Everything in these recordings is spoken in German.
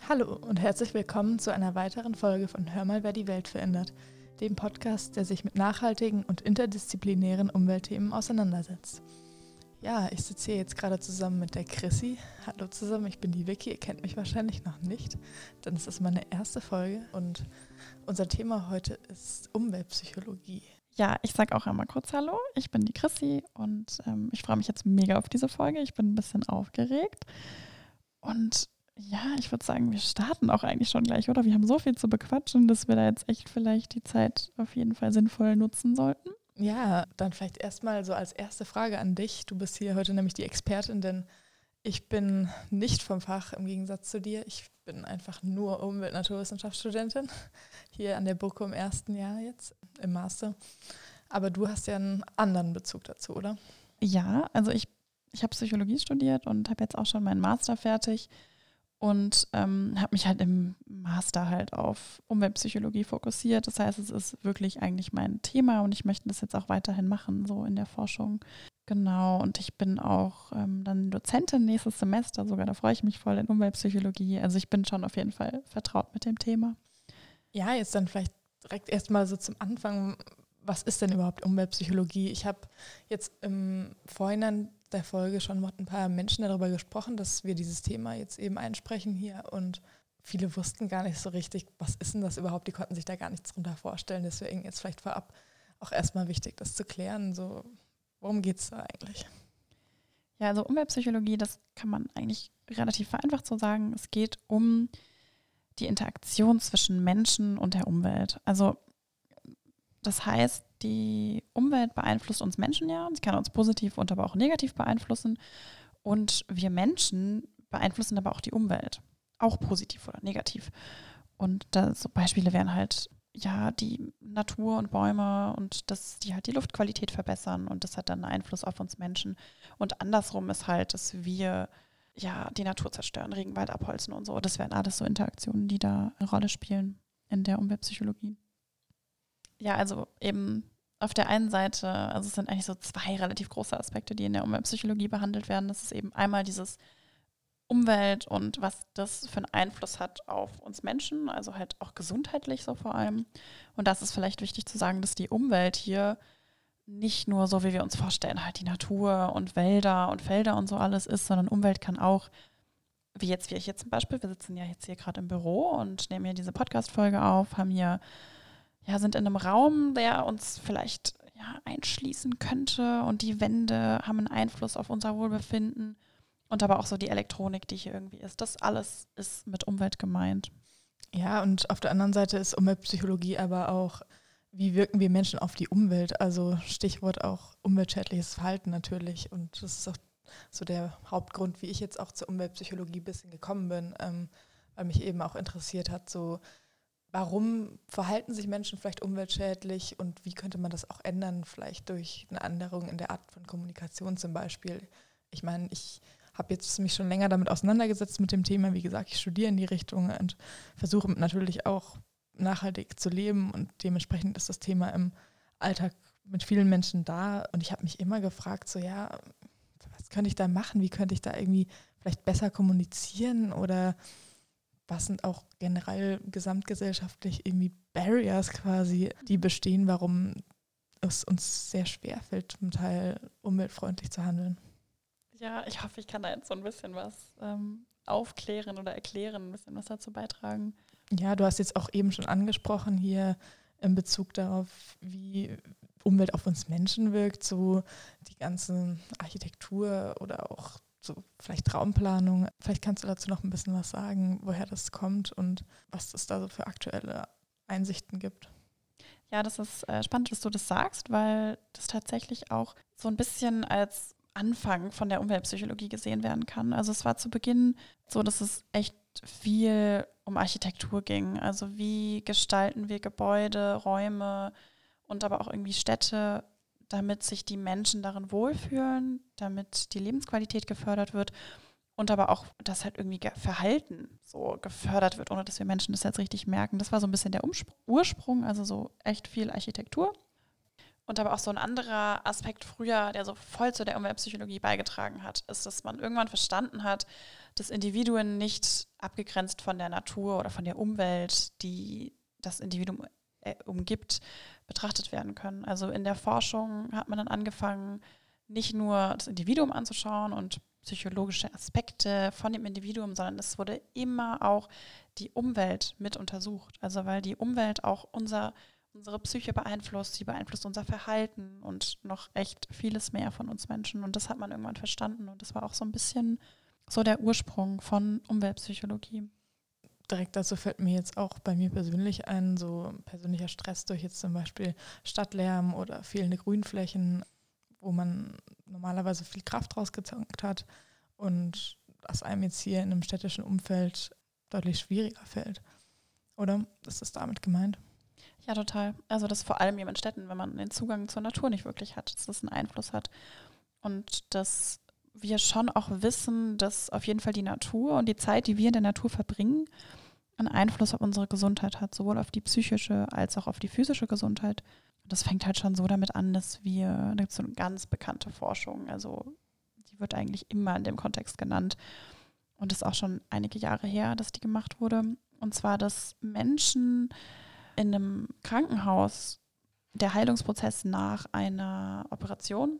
Hallo und herzlich willkommen zu einer weiteren Folge von Hör mal, wer die Welt verändert, dem Podcast, der sich mit nachhaltigen und interdisziplinären Umweltthemen auseinandersetzt. Ja, ich sitze hier jetzt gerade zusammen mit der Chrissy. Hallo zusammen, ich bin die Vicky, ihr kennt mich wahrscheinlich noch nicht, denn es ist meine erste Folge und unser Thema heute ist Umweltpsychologie. Ja, ich sage auch einmal kurz Hallo, ich bin die Chrissy und ich freue mich jetzt mega auf diese Folge. Ich bin ein bisschen aufgeregt und ja, ich würde sagen, wir starten auch eigentlich schon gleich, oder? Wir haben so viel zu bequatschen, dass wir da jetzt echt vielleicht die Zeit auf jeden Fall sinnvoll nutzen sollten. Ja, dann vielleicht erstmal so als erste Frage an dich. Du bist hier heute nämlich die Expertin, denn ich bin nicht vom Fach im Gegensatz zu dir. Ich bin einfach nur Umwelt-Naturwissenschaftsstudentin hier an der BUKO im ersten Jahr jetzt, im Master. Aber du hast ja einen anderen Bezug dazu, oder? Ja, also ich habe Psychologie studiert und habe jetzt auch schon meinen Master fertig und habe mich halt im Master halt auf Umweltpsychologie fokussiert. Das heißt, es ist wirklich eigentlich mein Thema und ich möchte das jetzt auch weiterhin machen, so in der Forschung. Genau, und ich bin auch dann Dozentin nächstes Semester sogar, da freue ich mich voll in Umweltpsychologie. Also ich bin schon auf jeden Fall vertraut mit dem Thema. Ja, jetzt dann vielleicht direkt erstmal so zum Anfang. Was ist denn überhaupt Umweltpsychologie? Ich habe jetzt im Vorhinein der Folge schon mit ein paar Menschen darüber gesprochen, dass wir dieses Thema jetzt eben einsprechen hier und viele wussten gar nicht so richtig, was ist denn das überhaupt? Die konnten sich da gar nichts drunter vorstellen. Deswegen jetzt vielleicht vorab auch erstmal wichtig, das zu klären. So, worum geht es da eigentlich? Ja, also Umweltpsychologie, das kann man eigentlich relativ vereinfacht so sagen. Es geht um die Interaktion zwischen Menschen und der Umwelt. Also das heißt, die Umwelt beeinflusst uns Menschen ja. Sie kann uns positiv und aber auch negativ beeinflussen. Und wir Menschen beeinflussen aber auch die Umwelt. Auch positiv oder negativ. Und da so Beispiele wären halt, ja, die Natur und Bäume und dass die halt die Luftqualität verbessern und das hat dann einen Einfluss auf uns Menschen. Und andersrum ist halt, dass wir ja die Natur zerstören, Regenwald abholzen und so. Das wären alles so Interaktionen, die da eine Rolle spielen in der Umweltpsychologie. Ja, also eben auf der einen Seite, also es sind eigentlich so zwei relativ große Aspekte, die in der Umweltpsychologie behandelt werden. Das ist eben einmal dieses Umwelt und was das für einen Einfluss hat auf uns Menschen, also halt auch gesundheitlich so vor allem. Und das ist vielleicht wichtig zu sagen, dass die Umwelt hier nicht nur so, wie wir uns vorstellen, halt die Natur und Wälder und Felder und so alles ist, sondern Umwelt kann auch, wie ich jetzt zum Beispiel, wir sitzen ja jetzt hier gerade im Büro und nehmen hier diese Podcast-Folge auf, haben hier sind in einem Raum, der uns vielleicht einschließen könnte und die Wände haben einen Einfluss auf unser Wohlbefinden und aber auch so die Elektronik, die hier irgendwie ist. Das alles ist mit Umwelt gemeint. Ja, und auf der anderen Seite ist Umweltpsychologie aber auch, wie wirken wir Menschen auf die Umwelt? Also Stichwort auch umweltschädliches Verhalten natürlich. Und das ist auch so der Hauptgrund, wie ich jetzt auch zur Umweltpsychologie ein bisschen gekommen bin, weil mich eben auch interessiert hat, so warum verhalten sich Menschen vielleicht umweltschädlich und wie könnte man das auch ändern, vielleicht durch eine Änderung in der Art von Kommunikation zum Beispiel. Ich meine, ich habe jetzt mich schon länger damit auseinandergesetzt mit dem Thema. Wie gesagt, ich studiere in die Richtung und versuche natürlich auch nachhaltig zu leben und dementsprechend ist das Thema im Alltag mit vielen Menschen da und ich habe mich immer gefragt, so ja, was könnte ich da machen? Wie könnte ich da irgendwie vielleicht besser kommunizieren oder was sind auch generell gesamtgesellschaftlich irgendwie Barriers quasi, die bestehen, warum es uns sehr schwer fällt, zum Teil umweltfreundlich zu handeln. Ja, ich hoffe, ich kann da jetzt so ein bisschen was aufklären oder erklären, ein bisschen was dazu beitragen. Ja, du hast jetzt auch eben schon angesprochen hier in Bezug darauf, wie Umwelt auf uns Menschen wirkt, so die ganze Architektur oder auch so vielleicht Raumplanung. Vielleicht kannst du dazu noch ein bisschen was sagen, woher das kommt und was es da so für aktuelle Einsichten gibt. Ja, das ist spannend, dass du das sagst, weil das tatsächlich auch so ein bisschen als Anfang von der Umweltpsychologie gesehen werden kann. Also es war zu Beginn so, dass es echt viel um Architektur ging. Also wie gestalten wir Gebäude, Räume und aber auch irgendwie Städte, damit sich die Menschen darin wohlfühlen, damit die Lebensqualität gefördert wird und aber auch, dass halt irgendwie Verhalten so gefördert wird, ohne dass wir Menschen das jetzt richtig merken. Das war so ein bisschen der Ursprung, also so echt viel Architektur. Und aber auch so ein anderer Aspekt früher, der so voll zu der Umweltpsychologie beigetragen hat, ist, dass man irgendwann verstanden hat, dass Individuen nicht abgegrenzt von der Natur oder von der Umwelt, die das Individuum umgibt, betrachtet werden können. Also in der Forschung hat man dann angefangen, nicht nur das Individuum anzuschauen und psychologische Aspekte von dem Individuum, sondern es wurde immer auch die Umwelt mit untersucht. Also weil die Umwelt auch unsere Psyche beeinflusst, sie beeinflusst unser Verhalten und noch echt vieles mehr von uns Menschen. Und das hat man irgendwann verstanden. Und das war auch so ein bisschen so der Ursprung von Umweltpsychologie. Direkt dazu fällt mir jetzt auch bei mir persönlich ein, so persönlicher Stress durch jetzt zum Beispiel Stadtlärm oder fehlende Grünflächen, wo man normalerweise viel Kraft rausgezankt hat und das einem jetzt hier in einem städtischen Umfeld deutlich schwieriger fällt. Oder ist das damit gemeint? Ja, total. Also das vor allem eben in Städten, wenn man den Zugang zur Natur nicht wirklich hat, dass das einen Einfluss hat. Und dass wir schon auch wissen, dass auf jeden Fall die Natur und die Zeit, die wir in der Natur verbringen, einen Einfluss auf unsere Gesundheit hat, sowohl auf die psychische als auch auf die physische Gesundheit. Das fängt halt schon so damit an, da gibt es so eine ganz bekannte Forschung, also die wird eigentlich immer in dem Kontext genannt und ist auch schon einige Jahre her, dass die gemacht wurde. Und zwar, dass Menschen in einem Krankenhaus, der Heilungsprozess nach einer Operation,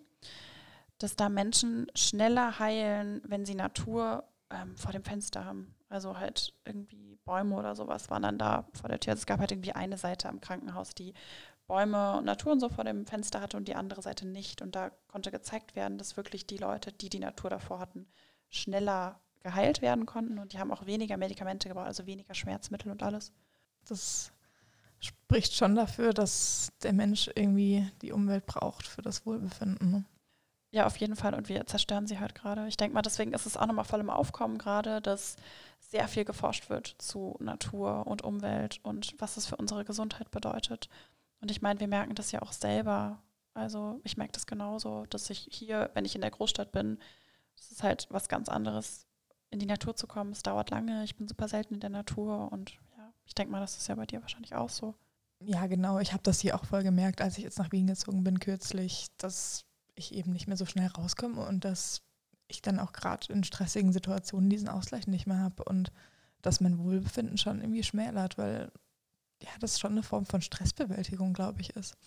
dass da Menschen schneller heilen, wenn sie Natur vor dem Fenster haben. Also halt irgendwie Bäume oder sowas waren dann da vor der Tür. Also es gab halt irgendwie eine Seite am Krankenhaus, die Bäume und Natur und so vor dem Fenster hatte und die andere Seite nicht. Und da konnte gezeigt werden, dass wirklich die Leute, die die Natur davor hatten, schneller geheilt werden konnten. Und die haben auch weniger Medikamente gebraucht, also weniger Schmerzmittel und alles. Das spricht schon dafür, dass der Mensch irgendwie die Umwelt braucht für das Wohlbefinden. Ne? Ja, auf jeden Fall. Und wir zerstören sie halt gerade. Ich denke mal, deswegen ist es auch nochmal voll im Aufkommen gerade, dass sehr viel geforscht wird zu Natur und Umwelt und was es für unsere Gesundheit bedeutet. Und ich meine, wir merken das ja auch selber. Also ich merke das genauso, dass ich hier, wenn ich in der Großstadt bin, es ist halt was ganz anderes, in die Natur zu kommen. Es dauert lange, ich bin super selten in der Natur und ja, ich denke mal, das ist ja bei dir wahrscheinlich auch so. Ja, genau. Ich habe das hier auch voll gemerkt, als ich jetzt nach Wien gezogen bin kürzlich, dass ich eben nicht mehr so schnell rauskomme und dass ich dann auch gerade in stressigen Situationen diesen Ausgleich nicht mehr habe und dass mein Wohlbefinden schon irgendwie schmälert, weil ja, das schon eine Form von Stressbewältigung, glaube ich, ist.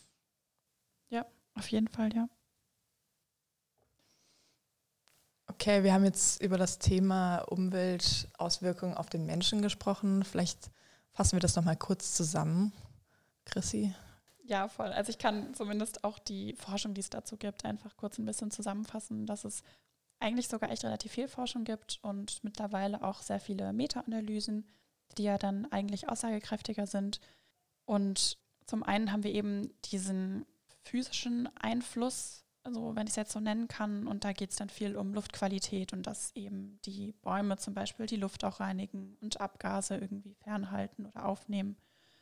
Ja, auf jeden Fall, ja. Okay, wir haben jetzt über das Thema Umweltauswirkungen auf den Menschen gesprochen. Vielleicht fassen wir das nochmal kurz zusammen. Chrissy? Ja, voll. Also ich kann zumindest auch die Forschung, die es dazu gibt, einfach kurz ein bisschen zusammenfassen, dass es eigentlich sogar echt relativ viel Forschung gibt und mittlerweile auch sehr viele Meta-Analysen, die ja dann eigentlich aussagekräftiger sind. Und zum einen haben wir eben diesen physischen Einfluss, also wenn ich es jetzt so nennen kann, und da geht es dann viel um Luftqualität und dass eben die Bäume zum Beispiel die Luft auch reinigen und Abgase irgendwie fernhalten oder aufnehmen.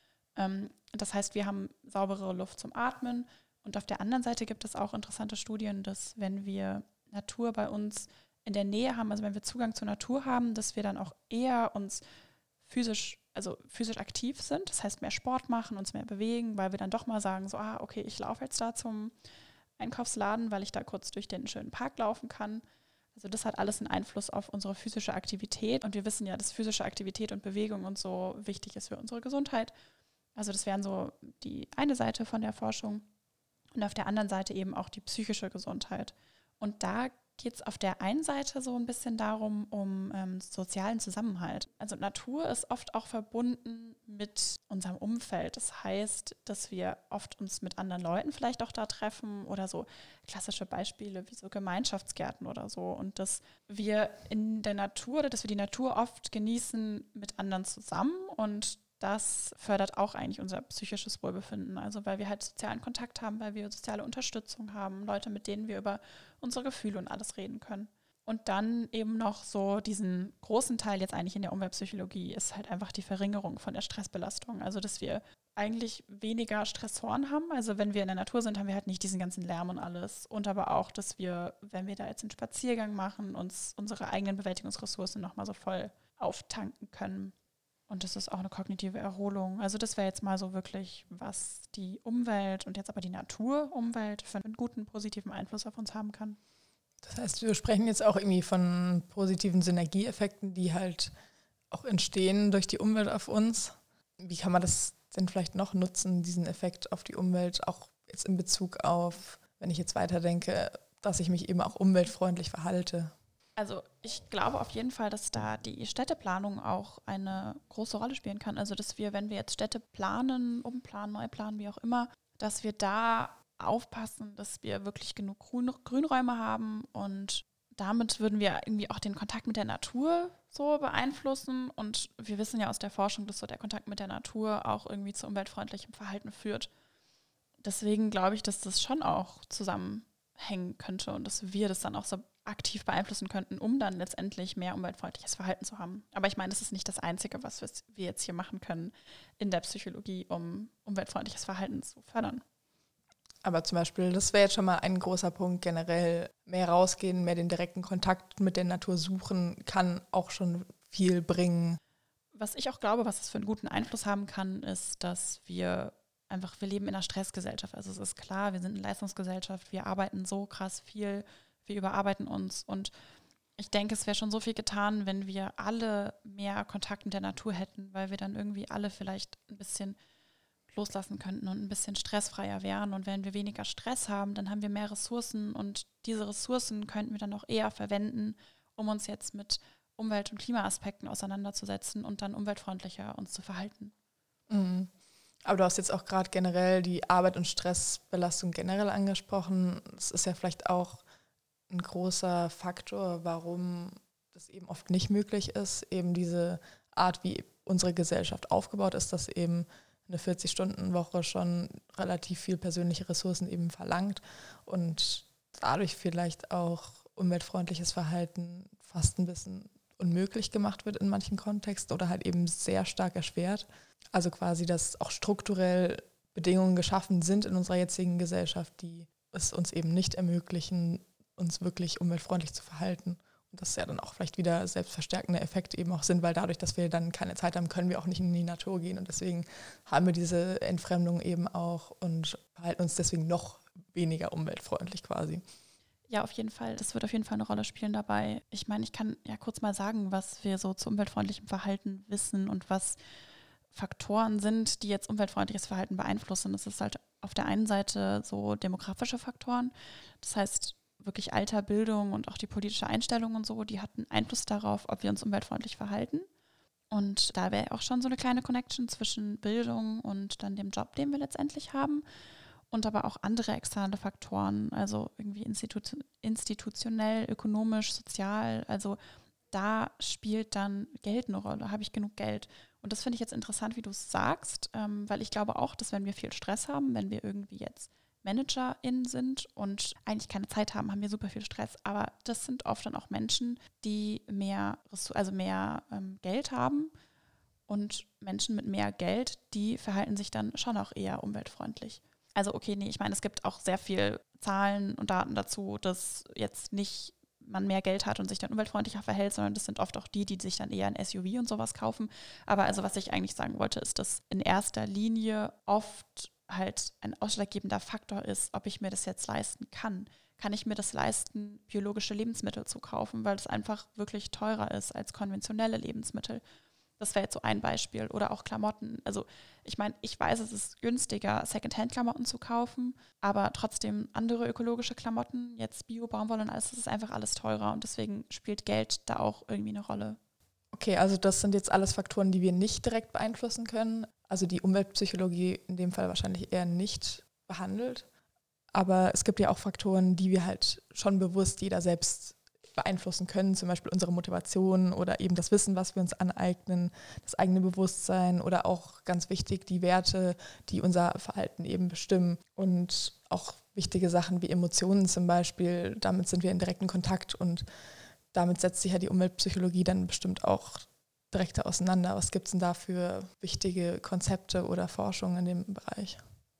Das heißt, wir haben saubere Luft zum Atmen und auf der anderen Seite gibt es auch interessante Studien, dass wenn wir Natur bei uns in der Nähe haben, also wenn wir Zugang zur Natur haben, dass wir dann auch eher uns physisch aktiv sind, das heißt mehr Sport machen, uns mehr bewegen, weil wir dann doch mal sagen, so, okay, ich laufe jetzt da zum Einkaufsladen, weil ich da kurz durch den schönen Park laufen kann. Also das hat alles einen Einfluss auf unsere physische Aktivität und wir wissen ja, dass physische Aktivität und Bewegung und so wichtig ist für unsere Gesundheit. Also das wären so die eine Seite von der Forschung und auf der anderen Seite eben auch die psychische Gesundheit. Und da geht es auf der einen Seite so ein bisschen darum, um sozialen Zusammenhalt. Also Natur ist oft auch verbunden mit unserem Umfeld. Das heißt, dass wir oft uns mit anderen Leuten vielleicht auch da treffen oder so klassische Beispiele wie so Gemeinschaftsgärten oder so. Und dass wir in der Natur oder dass wir die Natur oft genießen mit anderen zusammen und das fördert auch eigentlich unser psychisches Wohlbefinden. Also weil wir halt sozialen Kontakt haben, weil wir soziale Unterstützung haben, Leute, mit denen wir über unsere Gefühle und alles reden können. Und dann eben noch so diesen großen Teil jetzt eigentlich in der Umweltpsychologie ist halt einfach die Verringerung von der Stressbelastung. Also dass wir eigentlich weniger Stressoren haben. Also wenn wir in der Natur sind, haben wir halt nicht diesen ganzen Lärm und alles. Und aber auch, dass wir, wenn wir da jetzt einen Spaziergang machen, uns unsere eigenen Bewältigungsressourcen nochmal so voll auftanken können. Und das ist auch eine kognitive Erholung. Also das wäre jetzt mal so wirklich, was die Umwelt und jetzt aber die Naturumwelt für einen guten, positiven Einfluss auf uns haben kann. Das heißt, wir sprechen jetzt auch irgendwie von positiven Synergieeffekten, die halt auch entstehen durch die Umwelt auf uns. Wie kann man das denn vielleicht noch nutzen, diesen Effekt auf die Umwelt, auch jetzt in Bezug auf, wenn ich jetzt weiterdenke, dass ich mich eben auch umweltfreundlich verhalte? Also ich glaube auf jeden Fall, dass da die Städteplanung auch eine große Rolle spielen kann. Also dass wir, wenn wir jetzt Städte planen, umplanen, neu planen, wie auch immer, dass wir da aufpassen, dass wir wirklich genug Grünräume haben und damit würden wir irgendwie auch den Kontakt mit der Natur so beeinflussen. Und wir wissen ja aus der Forschung, dass so der Kontakt mit der Natur auch irgendwie zu umweltfreundlichem Verhalten führt. Deswegen glaube ich, dass das schon auch zusammenhängen könnte und dass wir das dann auch so aktiv beeinflussen könnten, um dann letztendlich mehr umweltfreundliches Verhalten zu haben. Aber ich meine, das ist nicht das Einzige, was wir jetzt hier machen können in der Psychologie, um umweltfreundliches Verhalten zu fördern. Aber zum Beispiel, das wäre jetzt schon mal ein großer Punkt, generell mehr rausgehen, mehr den direkten Kontakt mit der Natur suchen, kann auch schon viel bringen. Was ich auch glaube, was es für einen guten Einfluss haben kann, ist, dass wir leben in einer Stressgesellschaft. Also es ist klar, wir sind eine Leistungsgesellschaft, wir arbeiten so krass viel, wir überarbeiten uns und ich denke, es wäre schon so viel getan, wenn wir alle mehr Kontakt mit der Natur hätten, weil wir dann irgendwie alle vielleicht ein bisschen loslassen könnten und ein bisschen stressfreier wären. Und wenn wir weniger Stress haben, dann haben wir mehr Ressourcen und diese Ressourcen könnten wir dann auch eher verwenden, um uns jetzt mit Umwelt- und Klimaaspekten auseinanderzusetzen und dann umweltfreundlicher uns zu verhalten. Mhm. Aber du hast jetzt auch gerade generell die Arbeit und Stressbelastung generell angesprochen. Das ist ja vielleicht auch ein großer Faktor, warum das eben oft nicht möglich ist, eben diese Art, wie unsere Gesellschaft aufgebaut ist, dass eben eine 40-Stunden-Woche schon relativ viel persönliche Ressourcen eben verlangt und dadurch vielleicht auch umweltfreundliches Verhalten fast ein bisschen unmöglich gemacht wird in manchen Kontexten oder halt eben sehr stark erschwert. Also quasi, dass auch strukturell Bedingungen geschaffen sind in unserer jetzigen Gesellschaft, die es uns eben nicht ermöglichen, uns wirklich umweltfreundlich zu verhalten. Und das ja dann auch vielleicht wieder selbstverstärkende Effekte eben auch sind, weil dadurch, dass wir dann keine Zeit haben, können wir auch nicht in die Natur gehen. Und deswegen haben wir diese Entfremdung eben auch und verhalten uns deswegen noch weniger umweltfreundlich quasi. Ja, auf jeden Fall. Das wird auf jeden Fall eine Rolle spielen dabei. Ich meine, ich kann ja kurz mal sagen, was wir so zu umweltfreundlichem Verhalten wissen und was Faktoren sind, die jetzt umweltfreundliches Verhalten beeinflussen. Das ist halt auf der einen Seite so demografische Faktoren. Das heißt, wirklich Alter, Bildung und auch die politische Einstellung und so, die hatten Einfluss darauf, ob wir uns umweltfreundlich verhalten. Und da wäre auch schon so eine kleine Connection zwischen Bildung und dann dem Job, den wir letztendlich haben. Und aber auch andere externe Faktoren, also irgendwie institutionell, ökonomisch, sozial. Also da spielt dann Geld eine Rolle. Habe ich genug Geld? Und das finde ich jetzt interessant, wie du es sagst, weil ich glaube auch, dass wenn wir viel Stress haben, wenn wir irgendwie jetzt ManagerInnen sind und eigentlich keine Zeit haben, haben wir super viel Stress. Aber das sind oft dann auch Menschen, die mehr Geld haben. Und Menschen mit mehr Geld, die verhalten sich dann schon auch eher umweltfreundlich. Also okay, nee, ich meine, es gibt auch sehr viel Zahlen und Daten dazu, dass jetzt nicht man mehr Geld hat und sich dann umweltfreundlicher verhält, sondern das sind oft auch die sich dann eher ein SUV und sowas kaufen. Aber also was ich eigentlich sagen wollte, ist, dass in erster Linie oft halt ein ausschlaggebender Faktor ist, ob ich mir das jetzt leisten kann. Kann ich mir das leisten, biologische Lebensmittel zu kaufen, weil es einfach wirklich teurer ist als konventionelle Lebensmittel. Das wäre jetzt so ein Beispiel. Oder auch Klamotten. Also ich meine, ich weiß, es ist günstiger, Secondhand-Klamotten zu kaufen, aber trotzdem andere ökologische Klamotten, jetzt Bio, Baumwolle und alles, das ist einfach alles teurer und deswegen spielt Geld da auch irgendwie eine Rolle. Okay, also das sind jetzt alles Faktoren, die wir nicht direkt beeinflussen können. Also die Umweltpsychologie in dem Fall wahrscheinlich eher nicht behandelt. Aber es gibt ja auch Faktoren, die wir halt schon bewusst jeder selbst beeinflussen können, zum Beispiel unsere Motivation oder eben das Wissen, was wir uns aneignen, das eigene Bewusstsein oder auch ganz wichtig die Werte, die unser Verhalten eben bestimmen und auch wichtige Sachen wie Emotionen zum Beispiel, damit sind wir in direkten Kontakt und damit setzt sich ja die Umweltpsychologie dann bestimmt auch direkter auseinander. Was gibt es denn da für wichtige Konzepte oder Forschung in dem Bereich?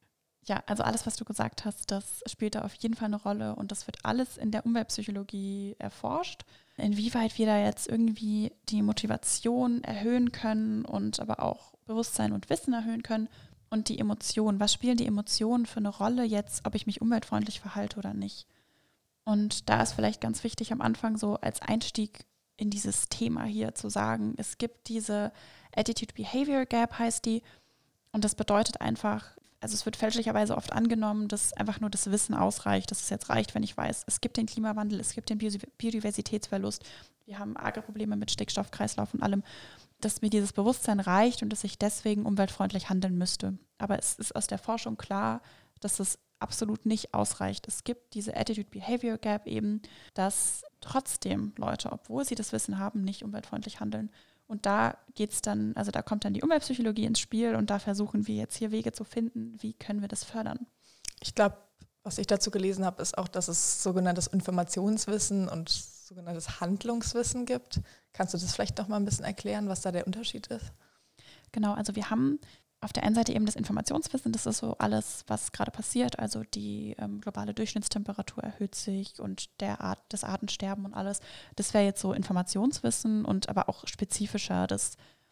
Ja, also alles, was du gesagt hast, das spielt da auf jeden Fall eine Rolle und das wird alles in der Umweltpsychologie erforscht. Inwieweit wir da jetzt irgendwie die Motivation erhöhen können und aber auch Bewusstsein und Wissen erhöhen können und die Emotionen. Was spielen die Emotionen für eine Rolle jetzt, ob ich mich umweltfreundlich verhalte oder nicht? Und da ist vielleicht ganz wichtig am Anfang so als Einstieg in dieses Thema hier zu sagen, es gibt diese Attitude-Behavior Gap, heißt die, und das bedeutet einfach, also es wird fälschlicherweise oft angenommen, dass einfach nur das Wissen ausreicht, dass es jetzt reicht, wenn ich weiß, es gibt den Klimawandel, es gibt den Biodiversitätsverlust, wir haben arge Probleme mit Stickstoffkreislauf und allem, dass mir dieses Bewusstsein reicht und dass ich deswegen umweltfreundlich handeln müsste. Aber es ist aus der Forschung klar, dass es absolut nicht ausreicht. Es gibt diese Attitude-Behavior Gap eben, dass trotzdem Leute, obwohl sie das Wissen haben, nicht umweltfreundlich handeln. Und da geht's dann, also da kommt dann die Umweltpsychologie ins Spiel und da versuchen wir jetzt hier Wege zu finden, wie können wir das fördern. Ich glaube, was ich dazu gelesen habe, ist auch, dass es sogenanntes Informationswissen und sogenanntes Handlungswissen gibt. Kannst du das vielleicht noch mal ein bisschen erklären, was da der Unterschied ist? Genau, also wir haben auf der einen Seite eben das Informationswissen, das ist so alles, was gerade passiert, also die globale Durchschnittstemperatur erhöht sich und das Artensterben und alles. Das wäre jetzt so Informationswissen und aber auch spezifischer, das,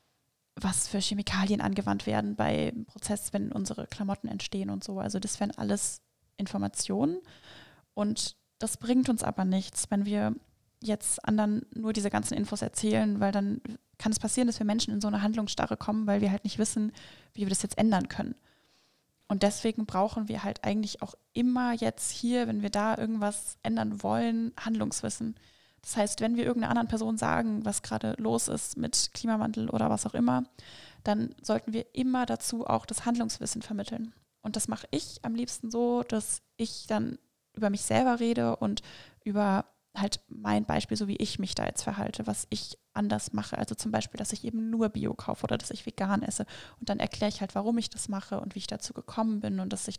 was für Chemikalien angewandt werden beim Prozess, wenn unsere Klamotten entstehen und so. Also das wären alles Informationen und das bringt uns aber nichts, wenn wir jetzt anderen nur diese ganzen Infos erzählen, weil dann kann es passieren, dass wir Menschen in so eine Handlungsstarre kommen, weil wir halt nicht wissen, wie wir das jetzt ändern können. Und deswegen brauchen wir halt eigentlich auch immer jetzt hier, wenn wir da irgendwas ändern wollen, Handlungswissen. Das heißt, wenn wir irgendeiner anderen Person sagen, was gerade los ist mit Klimawandel oder was auch immer, dann sollten wir immer dazu auch das Handlungswissen vermitteln. Und das mache ich am liebsten so, dass ich dann über mich selber rede und über halt mein Beispiel, so wie ich mich da jetzt verhalte, was ich anders mache. Also zum Beispiel, dass ich eben nur Bio kaufe oder dass ich vegan esse. Und dann erkläre ich halt, warum ich das mache und wie ich dazu gekommen bin und dass sich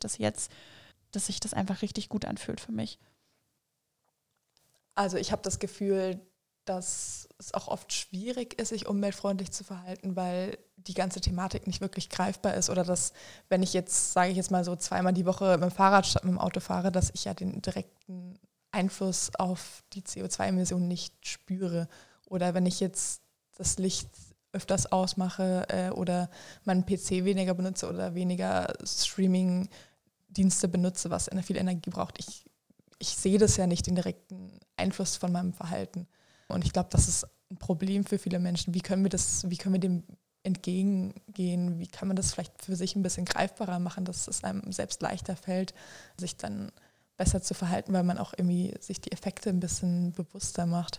das einfach richtig gut anfühlt für mich. Also ich habe das Gefühl, dass es auch oft schwierig ist, sich umweltfreundlich zu verhalten, weil die ganze Thematik nicht wirklich greifbar ist. Oder dass, wenn ich jetzt, sage ich jetzt mal so, 2-mal die Woche mit dem Fahrrad statt mit dem Auto fahre, dass ich ja den direkten Einfluss auf die CO2-Emissionen nicht spüre. Oder wenn ich jetzt das Licht öfters ausmache oder meinen PC weniger benutze oder weniger Streaming-Dienste benutze, was viel Energie braucht. Ich sehe das ja nicht, den direkten Einfluss von meinem Verhalten. Und ich glaube, das ist ein Problem für viele Menschen. Wie können wir dem entgegengehen? Wie kann man das vielleicht für sich ein bisschen greifbarer machen, dass es einem selbst leichter fällt, sich dann besser zu verhalten, weil man auch irgendwie sich die Effekte ein bisschen bewusster macht.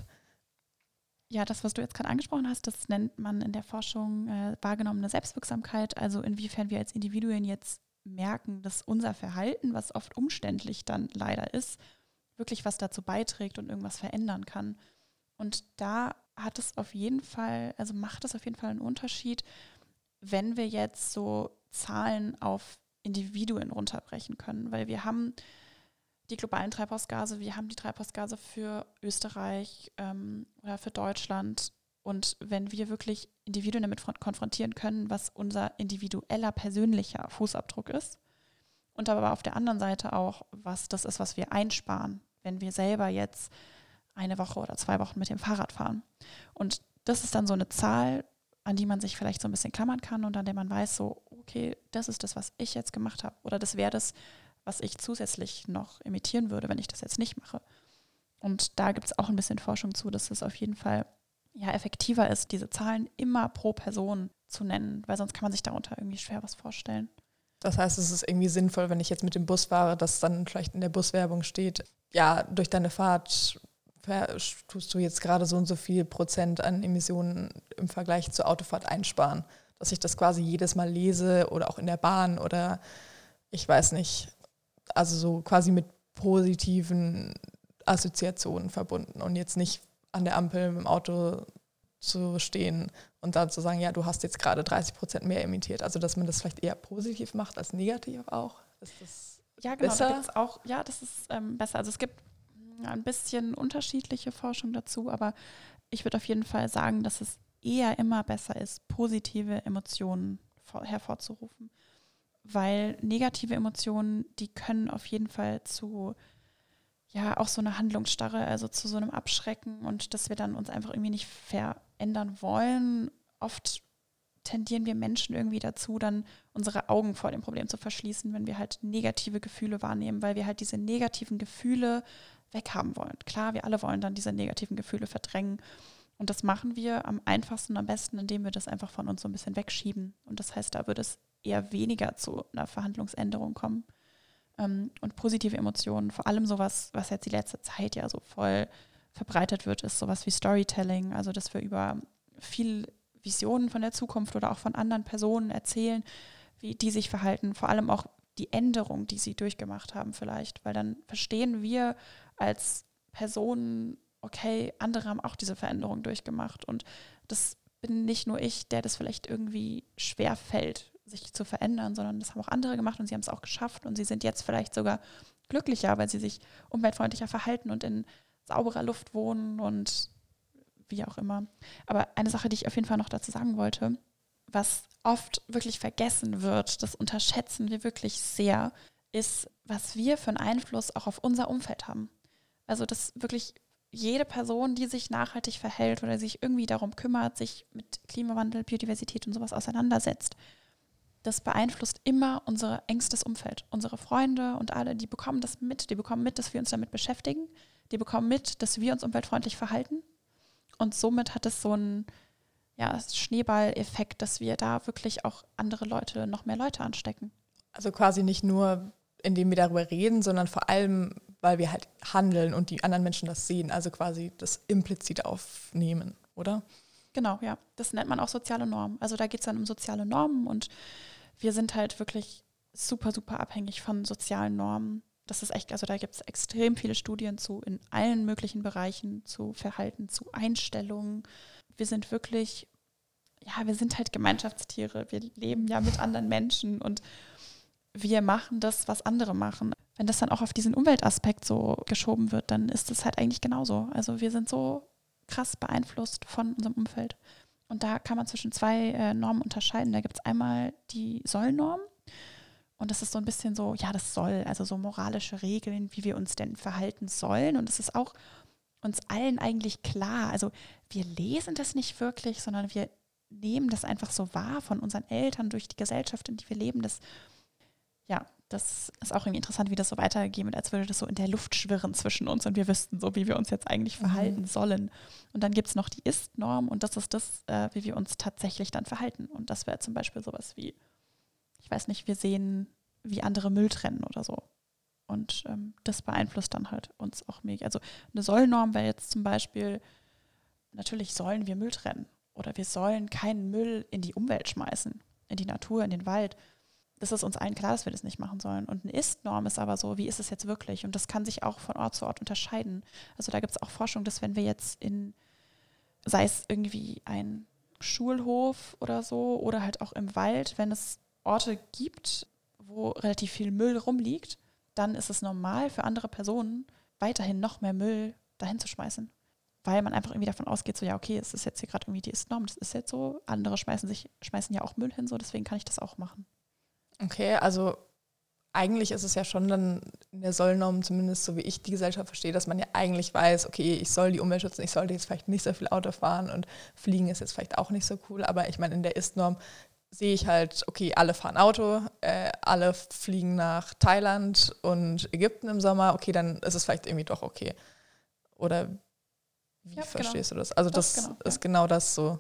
Ja, das, was du jetzt gerade angesprochen hast, das nennt man in der Forschung wahrgenommene Selbstwirksamkeit. Also inwiefern wir als Individuen jetzt merken, dass unser Verhalten, was oft umständlich dann leider ist, wirklich was dazu beiträgt und irgendwas verändern kann. Und da macht es auf jeden Fall einen Unterschied, wenn wir jetzt so Zahlen auf Individuen runterbrechen können, weil wir haben die globalen Treibhausgase, wir haben die Treibhausgase für Österreich oder für Deutschland. Und wenn wir wirklich Individuen damit konfrontieren können, was unser individueller, persönlicher Fußabdruck ist und aber auf der anderen Seite auch, was das ist, was wir einsparen, wenn wir selber jetzt 1 Woche oder 2 Wochen mit dem Fahrrad fahren. Und das ist dann so eine Zahl, an die man sich vielleicht so ein bisschen klammern kann und an der man weiß, so, okay, das ist das, was ich jetzt gemacht habe. Oder das wäre das, was ich zusätzlich noch emittieren würde, wenn ich das jetzt nicht mache. Und da gibt es auch ein bisschen Forschung zu, dass es auf jeden Fall effektiver ist, diese Zahlen immer pro Person zu nennen, weil sonst kann man sich darunter irgendwie schwer was vorstellen. Das heißt, es ist irgendwie sinnvoll, wenn ich jetzt mit dem Bus fahre, dass dann vielleicht in der Buswerbung steht, ja, durch deine Fahrt tust du jetzt gerade so und so viel Prozent an Emissionen im Vergleich zur Autofahrt einsparen. Dass ich das quasi jedes Mal lese oder auch in der Bahn oder ich weiß nicht, also so quasi mit positiven Assoziationen verbunden und jetzt nicht an der Ampel mit dem Auto zu stehen und dann zu sagen, ja, du hast jetzt gerade 30% mehr emittiert. Also dass man das vielleicht eher positiv macht als negativ auch. Ist das besser? Da gibt's auch, das ist besser. Also es gibt ein bisschen unterschiedliche Forschung dazu, aber ich würde auf jeden Fall sagen, dass es eher immer besser ist, positive Emotionen hervorzurufen. weil negative Emotionen, die können auf jeden Fall zu auch so eine Handlungsstarre, also zu so einem Abschrecken und dass wir dann uns einfach irgendwie nicht verändern wollen. Oft tendieren wir Menschen irgendwie dazu, dann unsere Augen vor dem Problem zu verschließen, wenn wir halt negative Gefühle wahrnehmen, weil wir halt diese negativen Gefühle weghaben wollen. Klar, wir alle wollen dann diese negativen Gefühle verdrängen und das machen wir am einfachsten und am besten, indem wir das einfach von uns so ein bisschen wegschieben. Und das heißt, da würde es eher weniger zu einer Verhandlungsänderung kommen. Und positive Emotionen, vor allem sowas, was jetzt die letzte Zeit ja so voll verbreitet wird, ist sowas wie Storytelling, also dass wir über viel Visionen von der Zukunft oder auch von anderen Personen erzählen, wie die sich verhalten, vor allem auch die Änderung, die sie durchgemacht haben vielleicht, weil dann verstehen wir als Personen, okay, andere haben auch diese Veränderung durchgemacht und das bin nicht nur ich, der das vielleicht irgendwie schwer fällt, sich zu verändern, sondern das haben auch andere gemacht und sie haben es auch geschafft und sie sind jetzt vielleicht sogar glücklicher, weil sie sich umweltfreundlicher verhalten und in sauberer Luft wohnen und wie auch immer. Aber eine Sache, die ich auf jeden Fall noch dazu sagen wollte, was oft wirklich vergessen wird, das unterschätzen wir wirklich sehr, ist, was wir für einen Einfluss auch auf unser Umfeld haben. Also dass wirklich jede Person, die sich nachhaltig verhält oder sich irgendwie darum kümmert, sich mit Klimawandel, Biodiversität und sowas auseinandersetzt, das beeinflusst immer unser engstes Umfeld. Unsere Freunde und alle, die bekommen das mit. Die bekommen mit, dass wir uns damit beschäftigen. Die bekommen mit, dass wir uns umweltfreundlich verhalten. Und somit hat es so einen Schneeball-Effekt, dass wir da wirklich auch andere Leute, noch mehr Leute anstecken. Also quasi nicht nur, indem wir darüber reden, sondern vor allem, weil wir halt handeln und die anderen Menschen das sehen. Also quasi das implizit aufnehmen, oder? Genau, ja. Das nennt man auch soziale Normen. Also da geht es dann um soziale Normen und wir sind halt wirklich super, super abhängig von sozialen Normen. Das ist echt, also da gibt es extrem viele Studien zu in allen möglichen Bereichen, zu Verhalten, zu Einstellungen. Wir sind wirklich, wir sind halt Gemeinschaftstiere. Wir leben ja mit anderen Menschen und wir machen das, was andere machen. Wenn das dann auch auf diesen Umweltaspekt so geschoben wird, dann ist das halt eigentlich genauso. Also wir sind so krass beeinflusst von unserem Umfeld. Und da kann man zwischen zwei Normen unterscheiden. Da gibt es einmal die Soll-Norm. Und das ist so ein bisschen so, das soll, also so moralische Regeln, wie wir uns denn verhalten sollen. Und es ist auch uns allen eigentlich klar. Also wir lesen das nicht wirklich, sondern wir nehmen das einfach so wahr von unseren Eltern durch die Gesellschaft, in die wir leben. Das ist auch irgendwie interessant, wie das so weitergegeben wird, als würde das so in der Luft schwirren zwischen uns und wir wüssten so, wie wir uns jetzt eigentlich verhalten sollen. Und dann gibt es noch die Ist-Norm und das ist das, wie wir uns tatsächlich dann verhalten. Und das wäre zum Beispiel sowas wie, ich weiß nicht, wir sehen, wie andere Müll trennen oder so. Und das beeinflusst dann halt uns auch mega. Also eine Soll-Norm wäre jetzt zum Beispiel, natürlich sollen wir Müll trennen oder wir sollen keinen Müll in die Umwelt schmeißen, in die Natur, in den Wald. Das ist uns allen klar, dass wir das nicht machen sollen. Und eine Ist-Norm ist aber so, wie ist es jetzt wirklich? Und das kann sich auch von Ort zu Ort unterscheiden. Also da gibt es auch Forschung, dass wenn wir jetzt sei es irgendwie ein Schulhof oder so oder halt auch im Wald, wenn es Orte gibt, wo relativ viel Müll rumliegt, dann ist es normal für andere Personen, weiterhin noch mehr Müll dahin zu schmeißen. Weil man einfach irgendwie davon ausgeht, so okay, es ist jetzt hier gerade irgendwie die Ist-Norm, das ist jetzt so, andere schmeißen ja auch Müll hin, so deswegen kann ich das auch machen. Okay, also eigentlich ist es ja schon dann in der Sollnorm, zumindest so wie ich die Gesellschaft verstehe, dass man ja eigentlich weiß, okay, ich soll die Umwelt schützen, ich sollte jetzt vielleicht nicht so viel Auto fahren und fliegen ist jetzt vielleicht auch nicht so cool, aber ich meine, in der Ist-Norm sehe ich halt, okay, alle fahren Auto, alle fliegen nach Thailand und Ägypten im Sommer, okay, dann ist es vielleicht irgendwie doch okay. Oder wie verstehst du das? Also das ist genau das so.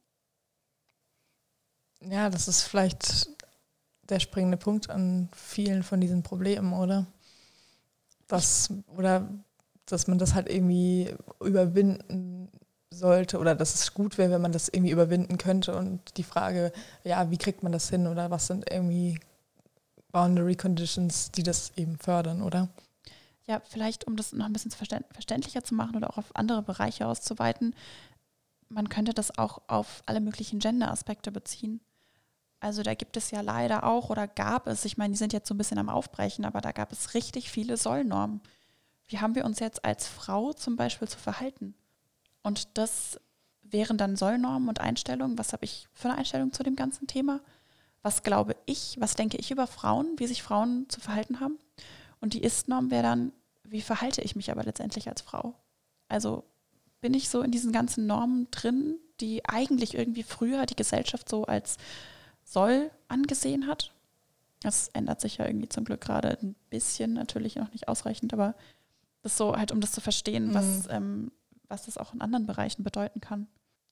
Ja, das ist vielleicht der springende Punkt an vielen von diesen Problemen, oder? Dass man das halt irgendwie überwinden sollte oder dass es gut wäre, wenn man das irgendwie überwinden könnte und die Frage, wie kriegt man das hin oder was sind irgendwie Boundary Conditions, die das eben fördern, oder? Ja, vielleicht, um das noch ein bisschen verständlicher zu machen oder auch auf andere Bereiche auszuweiten, man könnte das auch auf alle möglichen Gender-Aspekte beziehen. Also da gibt es ja leider auch oder gab es, ich meine, die sind jetzt so ein bisschen am Aufbrechen, aber da gab es richtig viele Sollnormen. Wie haben wir uns jetzt als Frau zum Beispiel zu verhalten? Und das wären dann Sollnormen und Einstellungen. Was habe ich für eine Einstellung zu dem ganzen Thema? was glaube ich, was denke ich über Frauen, wie sich Frauen zu verhalten haben. Und die Ist-Norm wäre dann, wie verhalte ich mich aber letztendlich als Frau? Also bin ich so in diesen ganzen Normen drin, die eigentlich irgendwie früher die Gesellschaft so als Soll angesehen hat? Das ändert sich ja irgendwie zum Glück gerade ein bisschen, natürlich noch nicht ausreichend, aber das so halt, um das zu verstehen, was das auch in anderen Bereichen bedeuten kann.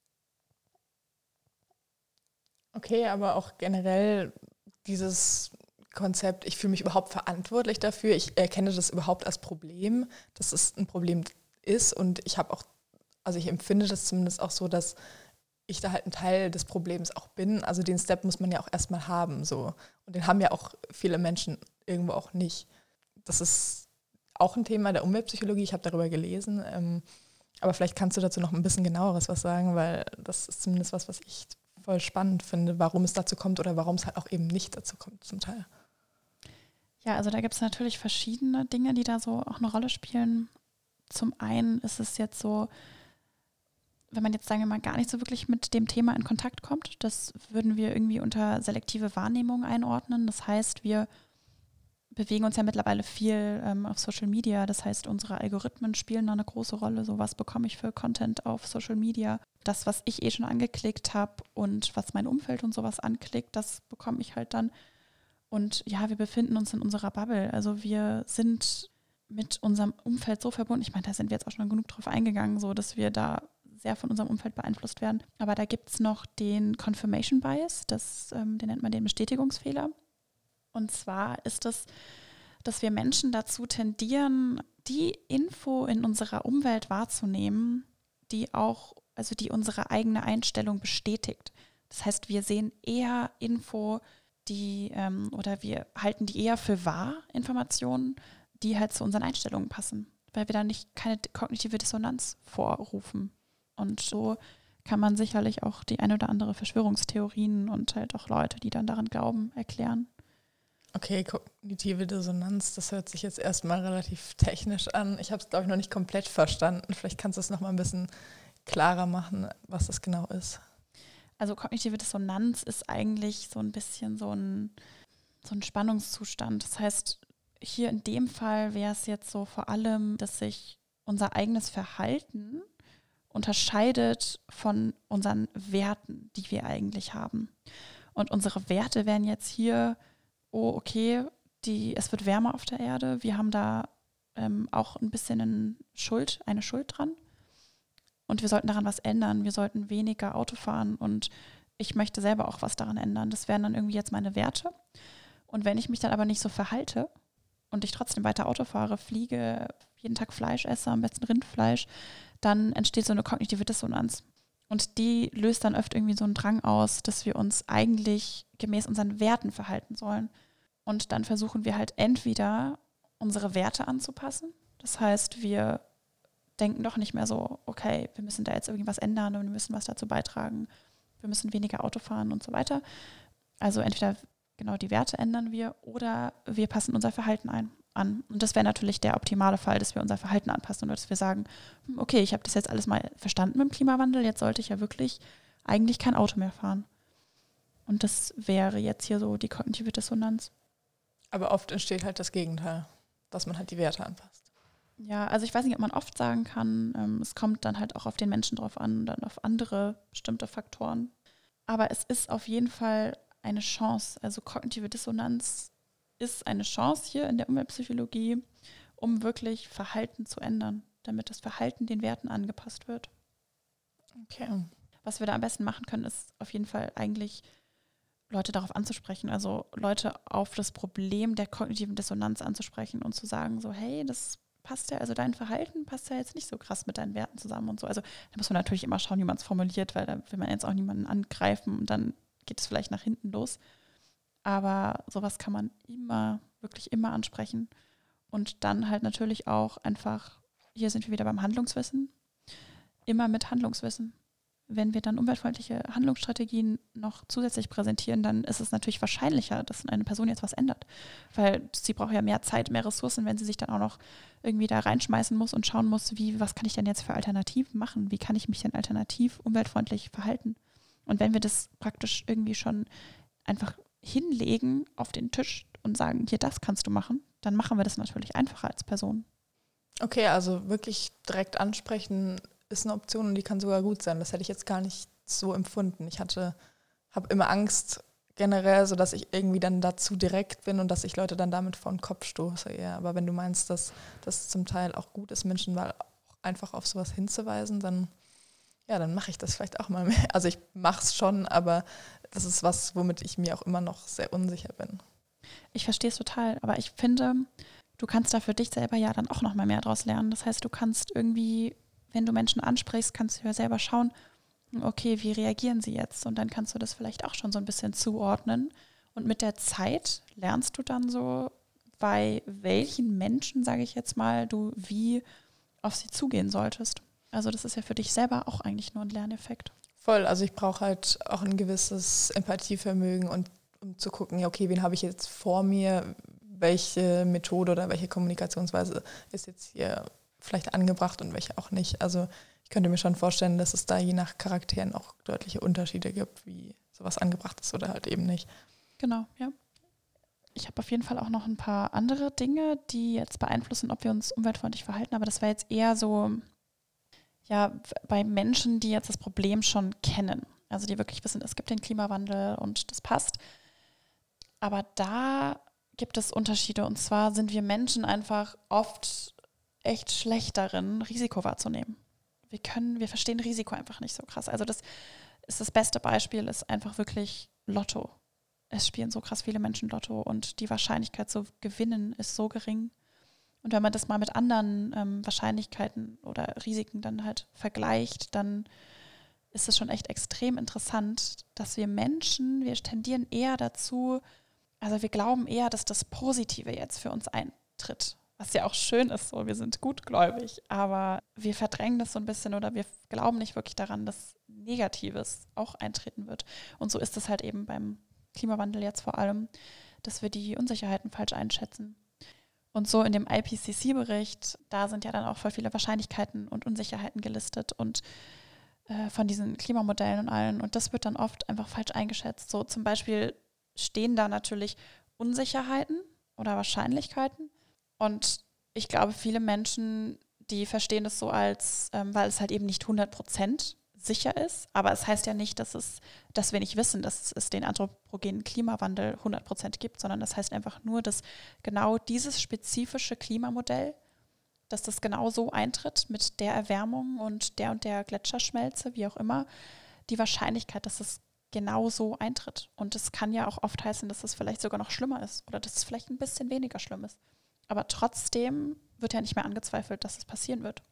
Okay, aber auch generell dieses Konzept, ich fühle mich überhaupt verantwortlich dafür, ich erkenne das überhaupt als Problem, dass es ein Problem ist und ich habe auch, also ich empfinde das zumindest auch so, dass ich da halt ein Teil des Problems auch bin. Also den Step muss man ja auch erstmal haben. So. Und den haben ja auch viele Menschen irgendwo auch nicht. Das ist auch ein Thema der Umweltpsychologie, ich habe darüber gelesen. Aber vielleicht kannst du dazu noch ein bisschen genaueres was sagen, weil das ist zumindest was ich voll spannend finde, warum es dazu kommt oder warum es halt auch eben nicht dazu kommt zum Teil. Ja, also da gibt es natürlich verschiedene Dinge, die da so auch eine Rolle spielen. Zum einen ist es jetzt so, wenn man jetzt, sagen wir mal, gar nicht so wirklich mit dem Thema in Kontakt kommt, das würden wir irgendwie unter selektive Wahrnehmung einordnen. Das heißt, wir bewegen uns ja mittlerweile viel auf Social Media. Das heißt, unsere Algorithmen spielen da eine große Rolle. So, was bekomme ich für Content auf Social Media? Das, was ich schon angeklickt habe und was mein Umfeld und sowas anklickt, das bekomme ich halt dann. Und ja, wir befinden uns in unserer Bubble. Also wir sind mit unserem Umfeld so verbunden. Ich meine, da sind wir jetzt auch schon genug drauf eingegangen, so dass wir da sehr von unserem Umfeld beeinflusst werden. Aber da gibt es noch den Confirmation Bias, den nennt man den Bestätigungsfehler. Und zwar ist es, dass wir Menschen dazu tendieren, die Info in unserer Umwelt wahrzunehmen, die unsere eigene Einstellung bestätigt. Das heißt, wir sehen eher Info, oder wir halten die eher für wahr, Informationen, die halt zu unseren Einstellungen passen, weil wir da keine kognitive Dissonanz vorrufen. Und so kann man sicherlich auch die ein oder andere Verschwörungstheorien und halt auch Leute, die dann daran glauben, erklären. Okay, kognitive Dissonanz, das hört sich jetzt erstmal relativ technisch an. Ich habe es, glaube ich, noch nicht komplett verstanden. Vielleicht kannst du es noch mal ein bisschen klarer machen, was das genau ist. Also kognitive Dissonanz ist eigentlich so ein bisschen so ein Spannungszustand. Das heißt, hier in dem Fall wäre es jetzt so vor allem, dass sich unser eigenes Verhalten unterscheidet von unseren Werten, die wir eigentlich haben. Und unsere Werte wären jetzt hier, oh okay, es wird wärmer auf der Erde, wir haben da auch ein bisschen eine Schuld dran und wir sollten daran was ändern, wir sollten weniger Auto fahren und ich möchte selber auch was daran ändern. Das wären dann irgendwie jetzt meine Werte. Und wenn ich mich dann aber nicht so verhalte und ich trotzdem weiter Auto fahre, fliege, jeden Tag Fleisch esse, am besten Rindfleisch, dann entsteht so eine kognitive Dissonanz. Und die löst dann oft irgendwie so einen Drang aus, dass wir uns eigentlich gemäß unseren Werten verhalten sollen. Und dann versuchen wir halt entweder unsere Werte anzupassen. Das heißt, wir denken doch nicht mehr so, okay, wir müssen da jetzt irgendwie was ändern und wir müssen was dazu beitragen. Wir müssen weniger Auto fahren und so weiter. Also entweder genau die Werte ändern wir oder wir passen unser Verhalten an. Und das wäre natürlich der optimale Fall, dass wir unser Verhalten anpassen und dass wir sagen, okay, ich habe das jetzt alles mal verstanden mit dem Klimawandel, jetzt sollte ich ja wirklich eigentlich kein Auto mehr fahren. Und das wäre jetzt hier so die kognitive Dissonanz. Aber oft entsteht halt das Gegenteil, dass man halt die Werte anpasst. Ja, also ich weiß nicht, ob man oft sagen kann, es kommt dann halt auch auf den Menschen drauf an und dann auf andere bestimmte Faktoren. Aber es ist auf jeden Fall eine Chance, also kognitive Dissonanz ist eine Chance hier in der Umweltpsychologie, um wirklich Verhalten zu ändern, damit das Verhalten den Werten angepasst wird. Okay. Was wir da am besten machen können, ist auf jeden Fall eigentlich Leute darauf anzusprechen, also Leute auf das Problem der kognitiven Dissonanz anzusprechen und zu sagen so, hey, das passt ja, also dein Verhalten passt ja jetzt nicht so krass mit deinen Werten zusammen und so. Also da muss man natürlich immer schauen, wie man es formuliert, weil da will man jetzt auch niemanden angreifen und dann geht es vielleicht nach hinten los. Aber sowas kann man wirklich immer ansprechen. Und dann halt natürlich auch einfach, hier sind wir wieder beim Handlungswissen, immer mit Handlungswissen. Wenn wir dann umweltfreundliche Handlungsstrategien noch zusätzlich präsentieren, dann ist es natürlich wahrscheinlicher, dass eine Person jetzt was ändert. Weil sie braucht ja mehr Zeit, mehr Ressourcen, wenn sie sich dann auch noch irgendwie da reinschmeißen muss und schauen muss, was kann ich denn jetzt für Alternativen machen? Wie kann ich mich denn alternativ umweltfreundlich verhalten? Und wenn wir das praktisch irgendwie schon einfach hinlegen auf den Tisch und sagen, hier, das kannst du machen, dann machen wir das natürlich einfacher als Person. Okay, also wirklich direkt ansprechen ist eine Option und die kann sogar gut sein. Das hätte ich jetzt gar nicht so empfunden. Habe immer Angst generell, so dass ich irgendwie dann dazu direkt bin und dass ich Leute dann damit vor den Kopf stoße. Ja. Aber wenn du meinst, dass das zum Teil auch gut ist, Menschen mal auch einfach auf sowas hinzuweisen, dann mache ich das vielleicht auch mal mehr. Also ich mache es schon, aber das ist was, womit ich mir auch immer noch sehr unsicher bin. Ich verstehe es total, aber ich finde, du kannst da für dich selber ja dann auch noch mal mehr draus lernen. Das heißt, du kannst irgendwie, wenn du Menschen ansprichst, kannst du ja selber schauen, okay, wie reagieren sie jetzt? Und dann kannst du das vielleicht auch schon so ein bisschen zuordnen. Und mit der Zeit lernst du dann so, bei welchen Menschen, sage ich jetzt mal, du wie auf sie zugehen solltest. Also das ist ja für dich selber auch eigentlich nur ein Lerneffekt. Voll, also ich brauche halt auch ein gewisses Empathievermögen und um zu gucken, ja okay, wen habe ich jetzt vor mir, welche Methode oder welche Kommunikationsweise ist jetzt hier vielleicht angebracht und welche auch nicht. Also ich könnte mir schon vorstellen, dass es da je nach Charakteren auch deutliche Unterschiede gibt, wie sowas angebracht ist oder halt eben nicht. Genau, ja. Ich habe auf jeden Fall auch noch ein paar andere Dinge, die jetzt beeinflussen, ob wir uns umweltfreundlich verhalten, aber das war jetzt eher so, ja, bei Menschen, die jetzt das Problem schon kennen. Also die wirklich wissen, es gibt den Klimawandel und das passt. Aber da gibt es Unterschiede und zwar sind wir Menschen einfach oft echt schlecht darin, Risiko wahrzunehmen. Wir verstehen Risiko einfach nicht so krass. Also das beste Beispiel ist einfach wirklich Lotto. Es spielen so krass viele Menschen Lotto und die Wahrscheinlichkeit zu gewinnen ist so gering. Und wenn man das mal mit anderen Wahrscheinlichkeiten oder Risiken dann halt vergleicht, dann ist es schon echt extrem interessant, dass wir Menschen, wir tendieren eher dazu, also wir glauben eher, dass das Positive jetzt für uns eintritt. Was ja auch schön ist, so wir sind gutgläubig, aber wir verdrängen das so ein bisschen oder wir glauben nicht wirklich daran, dass Negatives auch eintreten wird. Und so ist es halt eben beim Klimawandel jetzt vor allem, dass wir die Unsicherheiten falsch einschätzen. Und so in dem IPCC-Bericht, da sind ja dann auch voll viele Wahrscheinlichkeiten und Unsicherheiten gelistet und von diesen Klimamodellen und allen. Und das wird dann oft einfach falsch eingeschätzt. So zum Beispiel stehen da natürlich Unsicherheiten oder Wahrscheinlichkeiten. Und ich glaube, viele Menschen, die verstehen das so als, weil es halt eben nicht 100% sicher ist. Aber es heißt ja nicht, dass wir nicht wissen, dass es den anthropogenen Klimawandel 100% gibt, sondern das heißt einfach nur, dass genau dieses spezifische Klimamodell, dass das genau so eintritt mit der Erwärmung und der Gletscherschmelze, wie auch immer, die Wahrscheinlichkeit, dass es genau so eintritt. Und es kann ja auch oft heißen, dass es vielleicht sogar noch schlimmer ist oder dass es vielleicht ein bisschen weniger schlimm ist. Aber trotzdem wird ja nicht mehr angezweifelt, dass es passieren wird.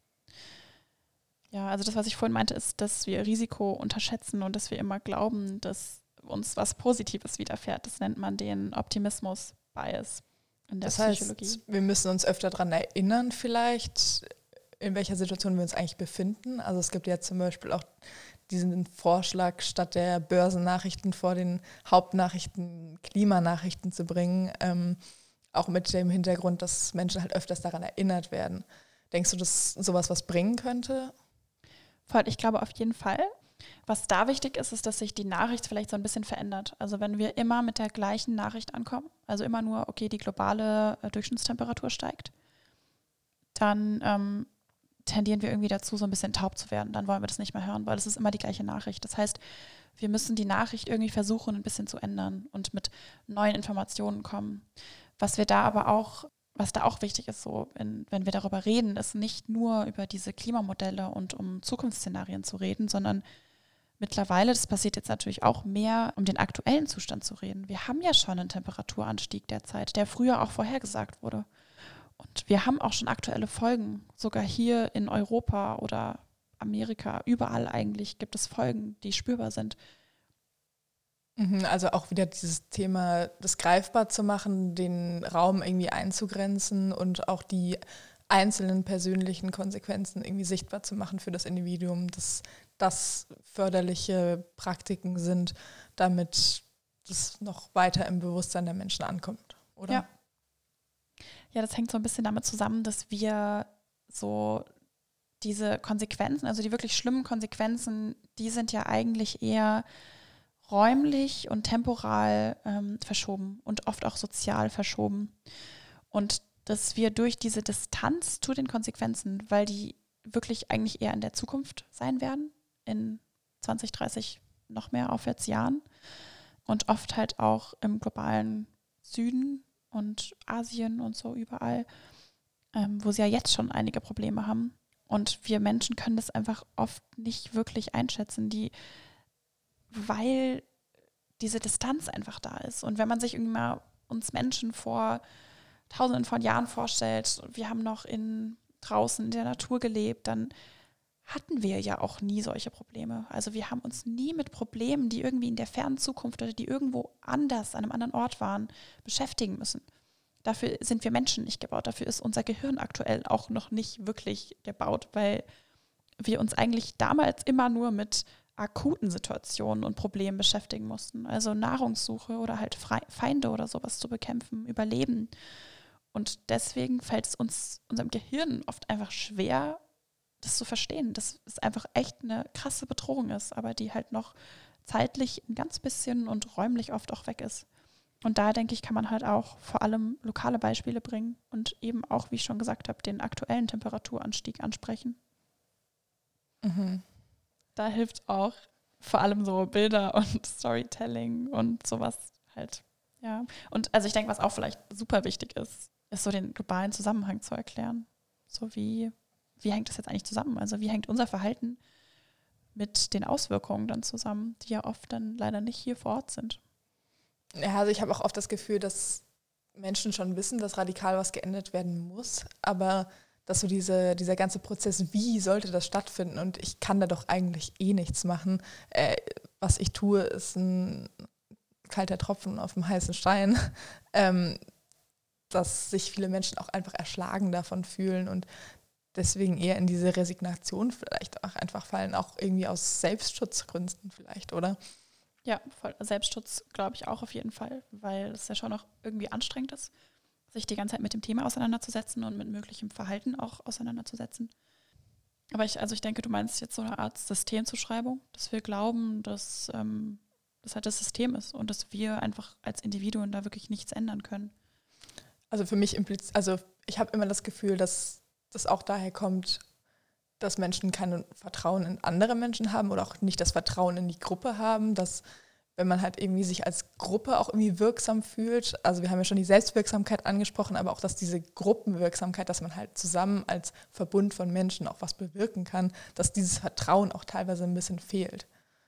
Ja, also das, was ich vorhin meinte, ist, dass wir Risiko unterschätzen und dass wir immer glauben, dass uns was Positives widerfährt. Das nennt man den Optimismus-Bias in der Psychologie. Das heißt, wir müssen uns öfter daran erinnern vielleicht, in welcher Situation wir uns eigentlich befinden. Also es gibt ja zum Beispiel auch diesen Vorschlag, statt der Börsennachrichten vor den Hauptnachrichten Klimanachrichten zu bringen, auch mit dem Hintergrund, dass Menschen halt öfters daran erinnert werden. Denkst du, dass sowas was bringen könnte? Voll, ich glaube auf jeden Fall. Was da wichtig ist, ist, dass sich die Nachricht vielleicht so ein bisschen verändert. Also wenn wir immer mit der gleichen Nachricht ankommen, also immer nur, okay, die globale Durchschnittstemperatur steigt, dann tendieren wir irgendwie dazu, so ein bisschen taub zu werden. Dann wollen wir das nicht mehr hören, weil es ist immer die gleiche Nachricht. Das heißt, wir müssen die Nachricht irgendwie versuchen, ein bisschen zu ändern und mit neuen Informationen kommen. Was da auch wichtig ist, so wenn wir darüber reden, ist nicht nur über diese Klimamodelle und um Zukunftsszenarien zu reden, sondern mittlerweile, das passiert jetzt natürlich auch mehr, um den aktuellen Zustand zu reden. Wir haben ja schon einen Temperaturanstieg derzeit, der früher auch vorhergesagt wurde. Und wir haben auch schon aktuelle Folgen, sogar hier in Europa oder Amerika, überall eigentlich gibt es Folgen, die spürbar sind. Also auch wieder dieses Thema, das greifbar zu machen, den Raum irgendwie einzugrenzen und auch die einzelnen persönlichen Konsequenzen irgendwie sichtbar zu machen für das Individuum, dass das förderliche Praktiken sind, damit das noch weiter im Bewusstsein der Menschen ankommt, oder? Ja. Ja, das hängt so ein bisschen damit zusammen, dass wir so diese Konsequenzen, also die wirklich schlimmen Konsequenzen, die sind ja eigentlich eher räumlich und temporal verschoben und oft auch sozial verschoben. Und dass wir durch diese Distanz zu den Konsequenzen, weil die wirklich eigentlich eher in der Zukunft sein werden, in 20, 30 noch mehr aufwärts Jahren und oft halt auch im globalen Süden und Asien und so überall, wo sie ja jetzt schon einige Probleme haben. Und wir Menschen können das einfach oft nicht wirklich einschätzen, weil diese Distanz einfach da ist. Und wenn man sich irgendwie mal uns Menschen vor Tausenden von Jahren vorstellt, wir haben noch draußen in der Natur gelebt, dann hatten wir ja auch nie solche Probleme. Also wir haben uns nie mit Problemen, die irgendwie in der fernen Zukunft oder die irgendwo anders, an einem anderen Ort waren, beschäftigen müssen. Dafür sind wir Menschen nicht gebaut. Dafür ist unser Gehirn aktuell auch noch nicht wirklich gebaut, weil wir uns eigentlich damals immer nur mit akuten Situationen und Problemen beschäftigen mussten. Also Nahrungssuche oder halt Feinde oder sowas zu bekämpfen, Überleben. Und deswegen fällt es unserem Gehirn oft einfach schwer, das zu verstehen, dass es einfach echt eine krasse Bedrohung ist, aber die halt noch zeitlich ein ganz bisschen und räumlich oft auch weg ist. Und da, denke ich, kann man halt auch vor allem lokale Beispiele bringen und eben auch, wie ich schon gesagt habe, den aktuellen Temperaturanstieg ansprechen. Mhm. Da hilft auch vor allem so Bilder und Storytelling und sowas halt, ja. Und also ich denke, was auch vielleicht super wichtig ist so den globalen Zusammenhang zu erklären. So wie hängt das jetzt eigentlich zusammen? Also wie hängt unser Verhalten mit den Auswirkungen dann zusammen, die ja oft dann leider nicht hier vor Ort sind? Ja, also ich habe auch oft das Gefühl, dass Menschen schon wissen, dass radikal was geändert werden muss, aber dass so dieser ganze Prozess, wie sollte das stattfinden und ich kann da doch eigentlich eh nichts machen. Was ich tue, ist ein kalter Tropfen auf dem heißen Stein, dass sich viele Menschen auch einfach erschlagen davon fühlen und deswegen eher in diese Resignation vielleicht auch einfach fallen, auch irgendwie aus Selbstschutzgründen vielleicht, oder? Ja, voll. Selbstschutz glaube ich auch auf jeden Fall, weil es ja schon auch irgendwie anstrengend ist, sich die ganze Zeit mit dem Thema auseinanderzusetzen und mit möglichem Verhalten auch auseinanderzusetzen. Aber ich denke, du meinst jetzt so eine Art Systemzuschreibung, dass wir glauben, dass das halt das System ist und dass wir einfach als Individuen da wirklich nichts ändern können. Also für mich ich habe immer das Gefühl, dass das auch daher kommt, dass Menschen kein Vertrauen in andere Menschen haben oder auch nicht das Vertrauen in die Gruppe haben, dass wenn man halt irgendwie sich als Gruppe auch irgendwie wirksam fühlt, also wir haben ja schon die Selbstwirksamkeit angesprochen, aber auch, dass diese Gruppenwirksamkeit, dass man halt zusammen als Verbund von Menschen auch was bewirken kann, dass dieses Vertrauen auch teilweise ein bisschen fehlt.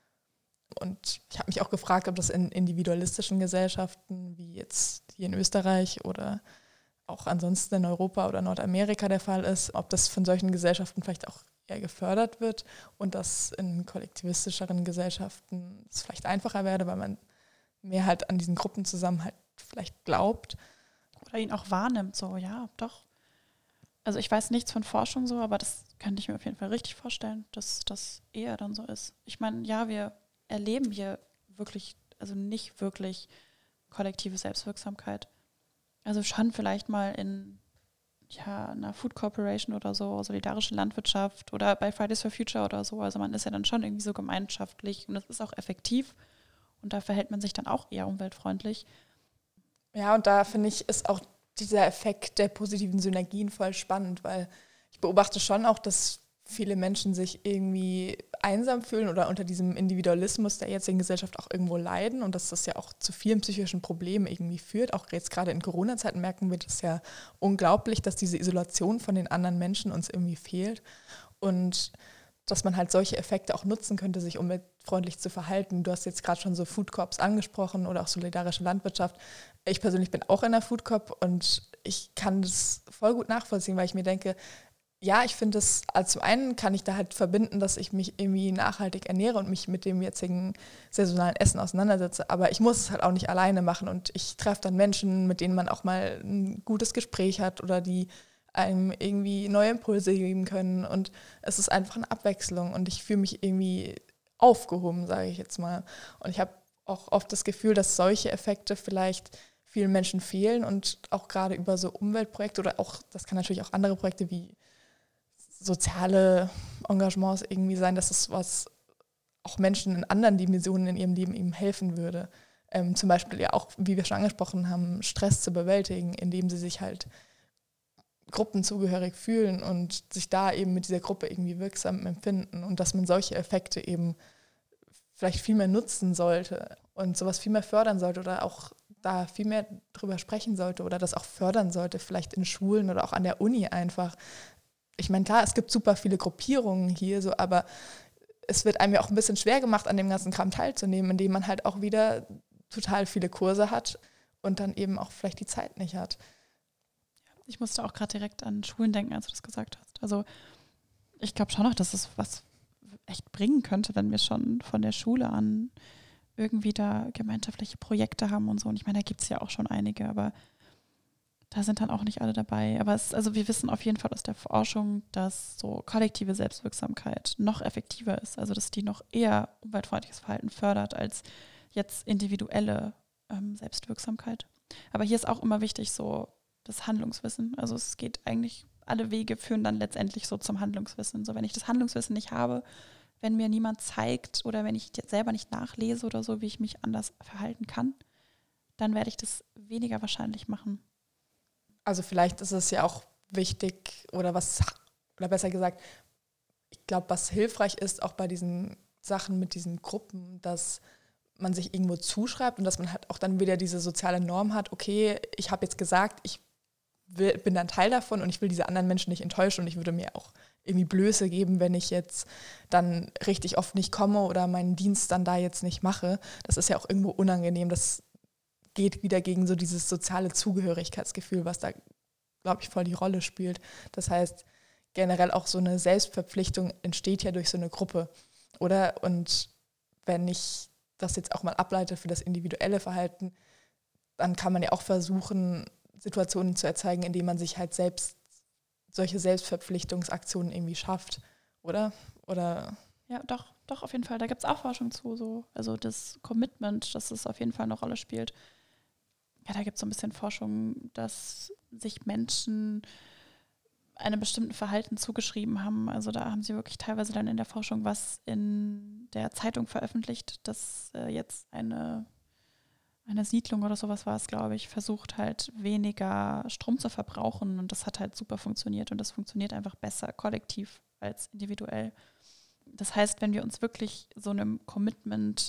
Und ich habe mich auch gefragt, ob das in individualistischen Gesellschaften, wie jetzt hier in Österreich oder auch ansonsten in Europa oder Nordamerika der Fall ist, ob das von solchen Gesellschaften vielleicht auch eher gefördert wird und dass in kollektivistischeren Gesellschaften es vielleicht einfacher werde, weil man mehr halt an diesen Gruppenzusammenhalt vielleicht glaubt. Oder ihn auch wahrnimmt, so, ja, doch. Also ich weiß nichts von Forschung so, aber das könnte ich mir auf jeden Fall richtig vorstellen, dass das eher dann so ist. Ich meine, ja, wir erleben hier wirklich, also nicht wirklich kollektive Selbstwirksamkeit. Also schon vielleicht mal in einer Food Corporation oder so, solidarische Landwirtschaft oder bei Fridays for Future oder so. Also man ist ja dann schon irgendwie so gemeinschaftlich und das ist auch effektiv und da verhält man sich dann auch eher umweltfreundlich. Ja, und da finde ich, ist auch dieser Effekt der positiven Synergien voll spannend, weil ich beobachte schon auch, dass viele Menschen sich irgendwie einsam fühlen oder unter diesem Individualismus der jetzigen Gesellschaft auch irgendwo leiden und dass das ja auch zu vielen psychischen Problemen irgendwie führt. Auch jetzt gerade in Corona-Zeiten merken wir das ja unglaublich, dass diese Isolation von den anderen Menschen uns irgendwie fehlt und dass man halt solche Effekte auch nutzen könnte, sich umweltfreundlich zu verhalten. Du hast jetzt gerade schon so Food Corps angesprochen oder auch solidarische Landwirtschaft. Ich persönlich bin auch in der Food Corp und ich kann das voll gut nachvollziehen, weil ich mir denke, ja, ich finde es, also zum einen kann ich da halt verbinden, dass ich mich irgendwie nachhaltig ernähre und mich mit dem jetzigen saisonalen Essen auseinandersetze, aber ich muss es halt auch nicht alleine machen und ich treffe dann Menschen, mit denen man auch mal ein gutes Gespräch hat oder die einem irgendwie neue Impulse geben können und es ist einfach eine Abwechslung und ich fühle mich irgendwie aufgehoben, sage ich jetzt mal. Und ich habe auch oft das Gefühl, dass solche Effekte vielleicht vielen Menschen fehlen und auch gerade über so Umweltprojekte oder auch, das kann natürlich auch andere Projekte wie soziale Engagements irgendwie sein, dass es was auch Menschen in anderen Dimensionen in ihrem Leben eben helfen würde. Zum Beispiel ja auch, wie wir schon angesprochen haben, Stress zu bewältigen, indem sie sich halt gruppenzugehörig fühlen und sich da eben mit dieser Gruppe irgendwie wirksam empfinden und dass man solche Effekte eben vielleicht viel mehr nutzen sollte und sowas viel mehr fördern sollte oder auch da viel mehr drüber sprechen sollte oder das auch fördern sollte, vielleicht in Schulen oder auch an der Uni einfach. Ich meine, klar, es gibt super viele Gruppierungen hier, so, aber es wird einem ja auch ein bisschen schwer gemacht, an dem ganzen Kram teilzunehmen, indem man halt auch wieder total viele Kurse hat und dann eben auch vielleicht die Zeit nicht hat. Ich musste auch gerade direkt an Schulen denken, als du das gesagt hast. Also ich glaube schon noch, dass es was echt bringen könnte, wenn wir schon von der Schule an irgendwie da gemeinschaftliche Projekte haben und so. Und ich meine, da gibt es ja auch schon einige, aber da sind dann auch nicht alle dabei. Aber also wir wissen auf jeden Fall aus der Forschung, dass so kollektive Selbstwirksamkeit noch effektiver ist. Also dass die noch eher umweltfreundliches Verhalten fördert als jetzt individuelle Selbstwirksamkeit. Aber hier ist auch immer wichtig so das Handlungswissen. Also es geht eigentlich, alle Wege führen dann letztendlich so zum Handlungswissen. So wenn ich das Handlungswissen nicht habe, wenn mir niemand zeigt oder wenn ich selber nicht nachlese oder so, wie ich mich anders verhalten kann, dann werde ich das weniger wahrscheinlich machen. Also vielleicht ist es ja auch wichtig oder besser gesagt, ich glaube, was hilfreich ist auch bei diesen Sachen mit diesen Gruppen, dass man sich irgendwo zuschreibt und dass man halt auch dann wieder diese soziale Norm hat, okay, ich habe jetzt gesagt, ich bin dann Teil davon und ich will diese anderen Menschen nicht enttäuschen und ich würde mir auch irgendwie Blöße geben, wenn ich jetzt dann richtig oft nicht komme oder meinen Dienst dann da jetzt nicht mache. Das ist ja auch irgendwo unangenehm. Das geht wieder gegen so dieses soziale Zugehörigkeitsgefühl, was da, glaube ich, voll die Rolle spielt. Das heißt, generell auch so eine Selbstverpflichtung entsteht ja durch so eine Gruppe, oder? Und wenn ich das jetzt auch mal ableite für das individuelle Verhalten, dann kann man ja auch versuchen, Situationen zu erzeugen, in denen man sich halt selbst solche Selbstverpflichtungsaktionen irgendwie schafft, oder? Oder? Ja, doch, auf jeden Fall. Da gibt es auch Forschung zu. So. Also das Commitment, dass es auf jeden Fall eine Rolle spielt. Ja, da gibt es so ein bisschen Forschung, dass sich Menschen einem bestimmten Verhalten zugeschrieben haben. Also da haben sie wirklich teilweise dann in der Forschung was in der Zeitung veröffentlicht, dass jetzt eine Siedlung oder sowas war es, glaube ich, versucht halt weniger Strom zu verbrauchen und das hat halt super funktioniert und das funktioniert einfach besser kollektiv als individuell. Das heißt, wenn wir uns wirklich so ein Commitment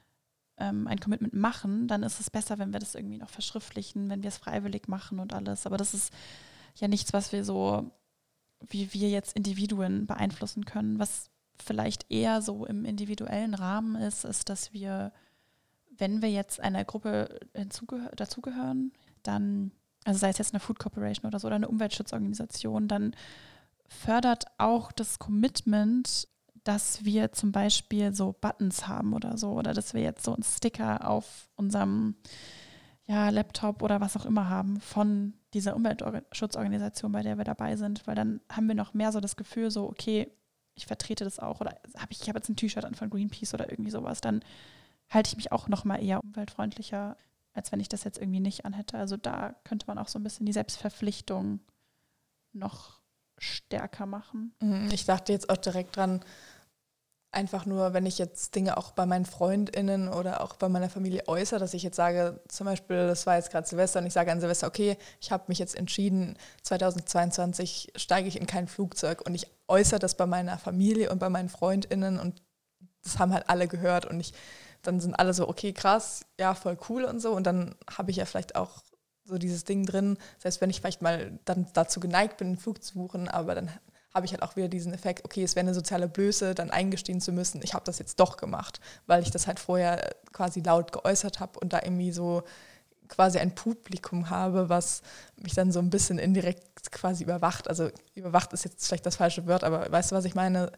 machen, dann ist es besser, wenn wir das irgendwie noch verschriftlichen, wenn wir es freiwillig machen und alles. Aber das ist ja nichts, was wir so, wie wir jetzt Individuen beeinflussen können. Was vielleicht eher so im individuellen Rahmen ist, dass wir, wenn wir jetzt einer Gruppe dazugehören, dann, also sei es jetzt eine Food Corporation oder so oder eine Umweltschutzorganisation, dann fördert auch das Commitment, dass wir zum Beispiel so Buttons haben oder so oder dass wir jetzt so einen Sticker auf unserem Laptop oder was auch immer haben von dieser Umweltschutzorganisation, bei der wir dabei sind, weil dann haben wir noch mehr so das Gefühl so, okay, ich vertrete das auch oder ich habe jetzt ein T-Shirt an von Greenpeace oder irgendwie sowas, dann halte ich mich auch noch mal eher umweltfreundlicher, als wenn ich das jetzt irgendwie nicht anhätte. Also da könnte man auch so ein bisschen die Selbstverpflichtung noch stärker machen. Ich dachte jetzt auch direkt dran, einfach nur, wenn ich jetzt Dinge auch bei meinen FreundInnen oder auch bei meiner Familie äußere, dass ich jetzt sage, zum Beispiel, das war jetzt gerade Silvester und ich sage an Silvester, okay, ich habe mich jetzt entschieden, 2022 steige ich in kein Flugzeug und ich äußere das bei meiner Familie und bei meinen FreundInnen und das haben halt alle gehört und dann sind alle so, okay, krass, ja, voll cool und so und dann habe ich ja vielleicht auch so dieses Ding drin, selbst wenn ich vielleicht mal dann dazu geneigt bin, einen Flug zu buchen, aber dann habe ich halt auch wieder diesen Effekt, okay, es wäre eine soziale Blöße, dann eingestehen zu müssen, ich habe das jetzt doch gemacht, weil ich das halt vorher quasi laut geäußert habe und da irgendwie so quasi ein Publikum habe, was mich dann so ein bisschen indirekt quasi überwacht. Also überwacht ist jetzt vielleicht das falsche Wort, aber weißt du, was ich meine?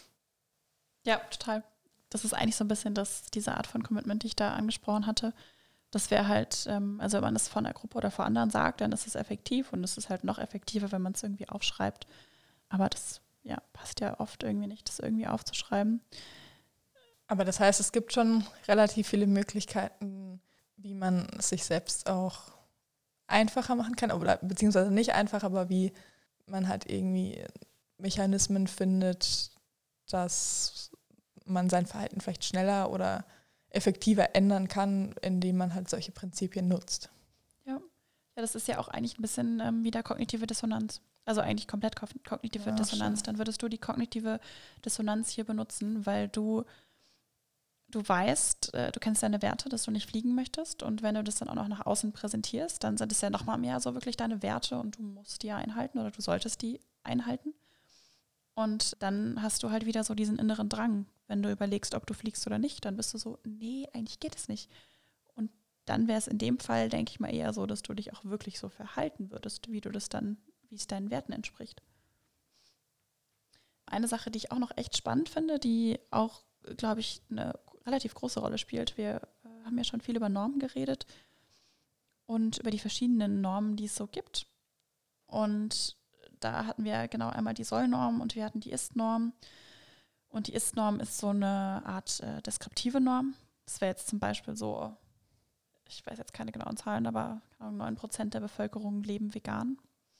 Ja, total. Das ist eigentlich so ein bisschen diese Art von Commitment, die ich da angesprochen hatte. Das wäre halt, also wenn man das von der Gruppe oder vor anderen sagt, dann ist es effektiv und es ist halt noch effektiver, wenn man es irgendwie aufschreibt. Aber das passt ja oft irgendwie nicht, das irgendwie aufzuschreiben. Aber das heißt, es gibt schon relativ viele Möglichkeiten, wie man es sich selbst auch einfacher machen kann, oder beziehungsweise nicht einfach, aber wie man halt irgendwie Mechanismen findet, dass man sein Verhalten vielleicht schneller oder effektiver ändern kann, indem man halt solche Prinzipien nutzt. Ja, das ist ja auch eigentlich ein bisschen wieder kognitive Dissonanz. Also eigentlich komplett kognitive Dissonanz. Stimmt. Dann würdest du die kognitive Dissonanz hier benutzen, weil du weißt, du kennst deine Werte, dass du nicht fliegen möchtest. Und wenn du das dann auch noch nach außen präsentierst, dann sind es ja nochmal mehr so wirklich deine Werte und du musst die einhalten oder du solltest die einhalten. Und dann hast du halt wieder so diesen inneren Drang. Wenn du überlegst, ob du fliegst oder nicht, dann bist du so, nee, eigentlich geht es nicht. Und dann wäre es in dem Fall, denke ich mal, eher so, dass du dich auch wirklich so verhalten würdest, wie es deinen Werten entspricht. Eine Sache, die ich auch noch echt spannend finde, die auch, glaube ich, eine relativ große Rolle spielt. Wir haben ja schon viel über Normen geredet und über die verschiedenen Normen, die es so gibt. Und da hatten wir genau einmal die Soll-Norm und wir hatten die Ist-Norm. Und die Ist-Norm ist so eine Art deskriptive Norm. Das wäre jetzt zum Beispiel so, ich weiß jetzt keine genauen Zahlen, aber 9% der Bevölkerung leben vegan.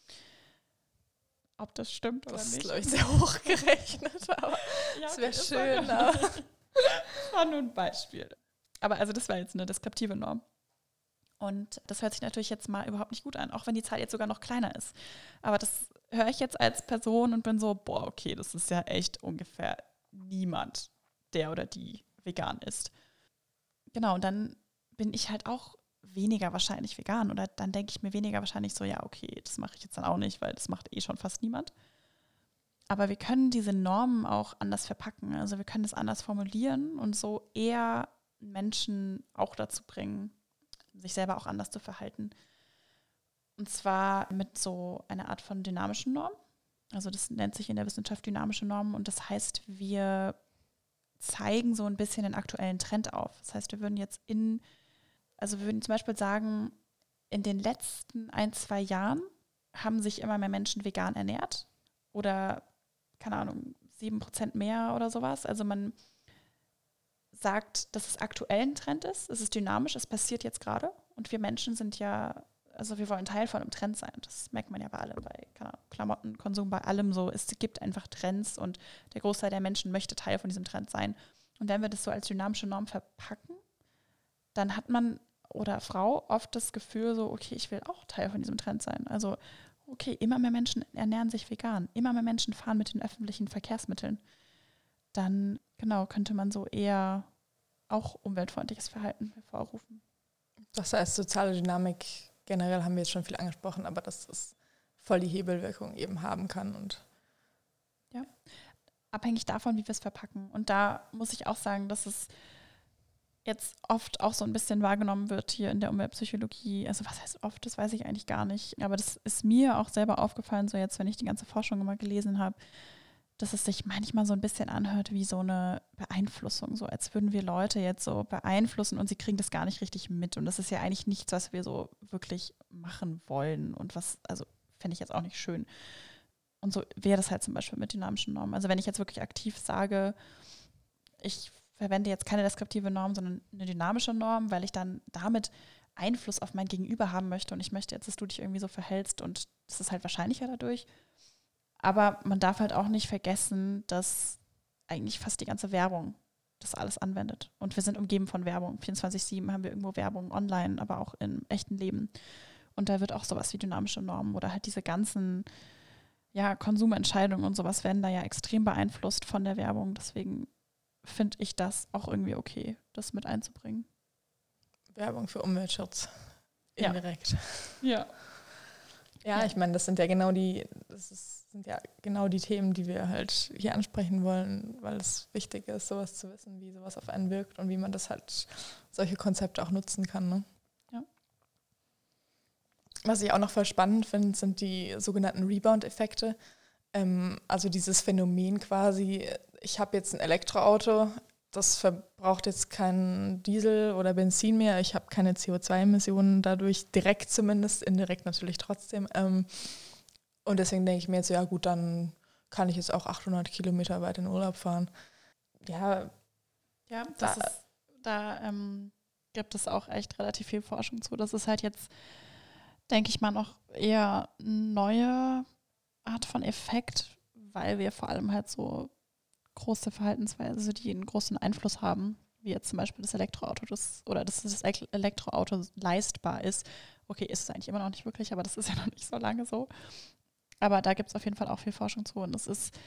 Ob das stimmt oder Das nicht. ist, glaube ich, sehr hoch gerechnet, aber das wäre schön. Das war nur ein Beispiel. Aber also das war jetzt eine deskriptive Norm. Und das hört sich natürlich jetzt mal überhaupt nicht gut an, auch wenn die Zahl jetzt sogar noch kleiner ist. Aber das höre ich jetzt als Person und bin so, boah, okay, das ist ja echt ungefähr niemand, der oder die vegan ist. Genau, und dann bin ich halt auch weniger wahrscheinlich vegan oder dann denke ich mir weniger wahrscheinlich so, ja, okay, das mache ich jetzt dann auch nicht, weil das macht eh schon fast niemand. Aber wir können diese Normen auch anders verpacken. Also wir können das anders formulieren und so eher Menschen auch dazu bringen, sich selber auch anders zu verhalten. Und zwar mit so einer Art von dynamischen Norm. Also das nennt sich in der Wissenschaft dynamische Normen und das heißt, wir zeigen so ein bisschen den aktuellen Trend auf. Das heißt, wir würden zum Beispiel sagen, in den letzten 1-2 Jahren haben sich immer mehr Menschen vegan ernährt oder, keine Ahnung, 7% mehr oder sowas. Also man sagt, dass es aktuell ein Trend ist, es ist dynamisch, es passiert jetzt gerade und wir Menschen sind ja, also wir wollen Teil von einem Trend sein. Das merkt man ja bei allem, bei Klamotten, Konsum, bei allem so. Es gibt einfach Trends und der Großteil der Menschen möchte Teil von diesem Trend sein. Und wenn wir das so als dynamische Norm verpacken, dann hat man oder Frau oft das Gefühl so, okay, ich will auch Teil von diesem Trend sein. Also, okay, immer mehr Menschen ernähren sich vegan, immer mehr Menschen fahren mit den öffentlichen Verkehrsmitteln. Dann, genau, könnte man so eher auch umweltfreundliches Verhalten hervorrufen. Das heißt, soziale Dynamik generell haben wir jetzt schon viel angesprochen, aber dass es voll die Hebelwirkung eben haben kann. Und ja, abhängig davon, wie wir es verpacken. Und da muss ich auch sagen, dass es jetzt oft auch so ein bisschen wahrgenommen wird hier in der Umweltpsychologie. Also was heißt oft, das weiß ich eigentlich gar nicht. Aber das ist mir auch selber aufgefallen, so jetzt, wenn ich die ganze Forschung immer gelesen habe, dass es sich manchmal so ein bisschen anhört wie so eine Beeinflussung, so als würden wir Leute jetzt so beeinflussen und sie kriegen das gar nicht richtig mit. Und das ist ja eigentlich nichts, was wir so wirklich machen wollen und was, also fände ich jetzt auch nicht schön. Und so wäre das halt zum Beispiel mit dynamischen Normen. Also wenn ich jetzt wirklich aktiv sage, ich verwende jetzt keine deskriptive Norm, sondern eine dynamische Norm, weil ich dann damit Einfluss auf mein Gegenüber haben möchte und ich möchte jetzt, dass du dich irgendwie so verhältst und das ist halt wahrscheinlicher dadurch. Aber man darf halt auch nicht vergessen, dass eigentlich fast die ganze Werbung das alles anwendet. Und wir sind umgeben von Werbung. 24/7 haben wir irgendwo Werbung online, aber auch im echten Leben. Und da wird auch sowas wie dynamische Normen oder halt diese ganzen Konsumentscheidungen und sowas werden da ja extrem beeinflusst von der Werbung. Deswegen finde ich das auch irgendwie okay, das mit einzubringen. Werbung für Umweltschutz. Indirekt. Ja. Ja, ich meine, das sind ja genau die Themen, die wir halt hier ansprechen wollen, weil es wichtig ist, sowas zu wissen, wie sowas auf einen wirkt und wie man das halt, solche Konzepte auch nutzen kann. Ne? Ja. Was ich auch noch voll spannend finde, sind die sogenannten Rebound-Effekte. Also dieses Phänomen quasi, ich habe jetzt ein Elektroauto, das verbraucht jetzt kein Diesel oder Benzin mehr, ich habe keine CO2-Emissionen dadurch, direkt zumindest, indirekt natürlich trotzdem. Und deswegen denke ich mir jetzt, ja gut, dann kann ich jetzt auch 800 Kilometer weit in Urlaub fahren. Ja, da gibt es auch echt relativ viel Forschung zu. Das ist halt jetzt, denke ich mal, noch eher eine neue Art von Effekt, weil wir vor allem halt so große Verhaltensweisen, die einen großen Einfluss haben, wie jetzt zum Beispiel das Elektroauto, dass das Elektroauto leistbar ist. Okay, ist es eigentlich immer noch nicht wirklich, aber das ist ja noch nicht so lange so. Aber da gibt es auf jeden Fall auch viel Forschung zu. Und es ist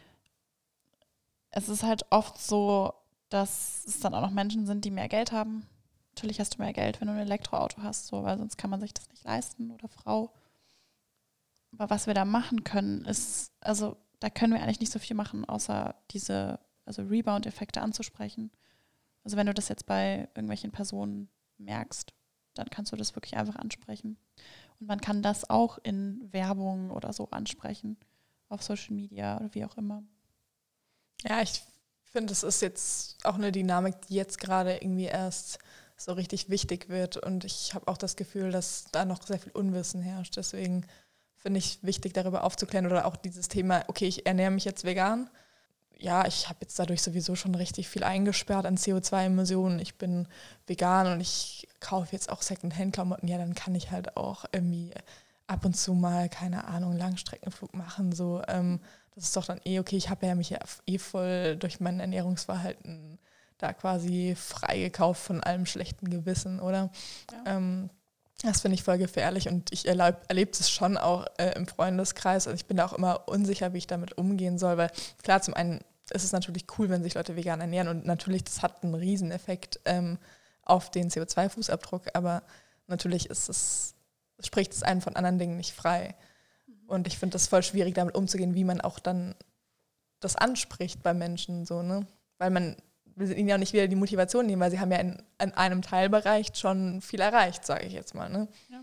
halt oft so, dass es dann auch noch Menschen sind, die mehr Geld haben. Natürlich hast du mehr Geld, wenn du ein Elektroauto hast, so, weil sonst kann man sich das nicht leisten oder Frau. Aber was wir da machen können, ist, also da können wir eigentlich nicht so viel machen, außer diese Rebound-Effekte anzusprechen. Also wenn du das jetzt bei irgendwelchen Personen merkst, dann kannst du das wirklich einfach ansprechen. Und man kann das auch in Werbung oder so ansprechen, auf Social Media oder wie auch immer. Ja, ich finde, es ist jetzt auch eine Dynamik, die jetzt gerade irgendwie erst so richtig wichtig wird. Und ich habe auch das Gefühl, dass da noch sehr viel Unwissen herrscht. Deswegen finde ich wichtig, darüber aufzuklären oder auch dieses Thema, okay, ich ernähre mich jetzt vegan. Ja, ich habe jetzt dadurch sowieso schon richtig viel eingesperrt an CO2-Emissionen. Ich bin vegan und ich kaufe jetzt auch Secondhand-Klamotten. Ja, dann kann ich halt auch irgendwie ab und zu mal, keine Ahnung, Langstreckenflug machen. So, das ist doch dann okay. Ich habe ja mich ja voll durch mein Ernährungsverhalten da quasi frei gekauft von allem schlechten Gewissen, oder? Ja. Das finde ich voll gefährlich und ich erlebe es schon auch im Freundeskreis. Also ich bin da auch immer unsicher, wie ich damit umgehen soll, weil klar, zum einen ist es natürlich cool, wenn sich Leute vegan ernähren und natürlich, das hat einen Rieseneffekt auf den CO2-Fußabdruck, aber natürlich spricht es einen von anderen Dingen nicht frei. Und ich finde das voll schwierig, damit umzugehen, wie man auch dann das anspricht bei Menschen, so, ne? Weil man will ihnen ja auch nicht wieder die Motivation nehmen, weil sie haben ja in einem Teilbereich schon viel erreicht, sage ich jetzt mal, ne? Ja.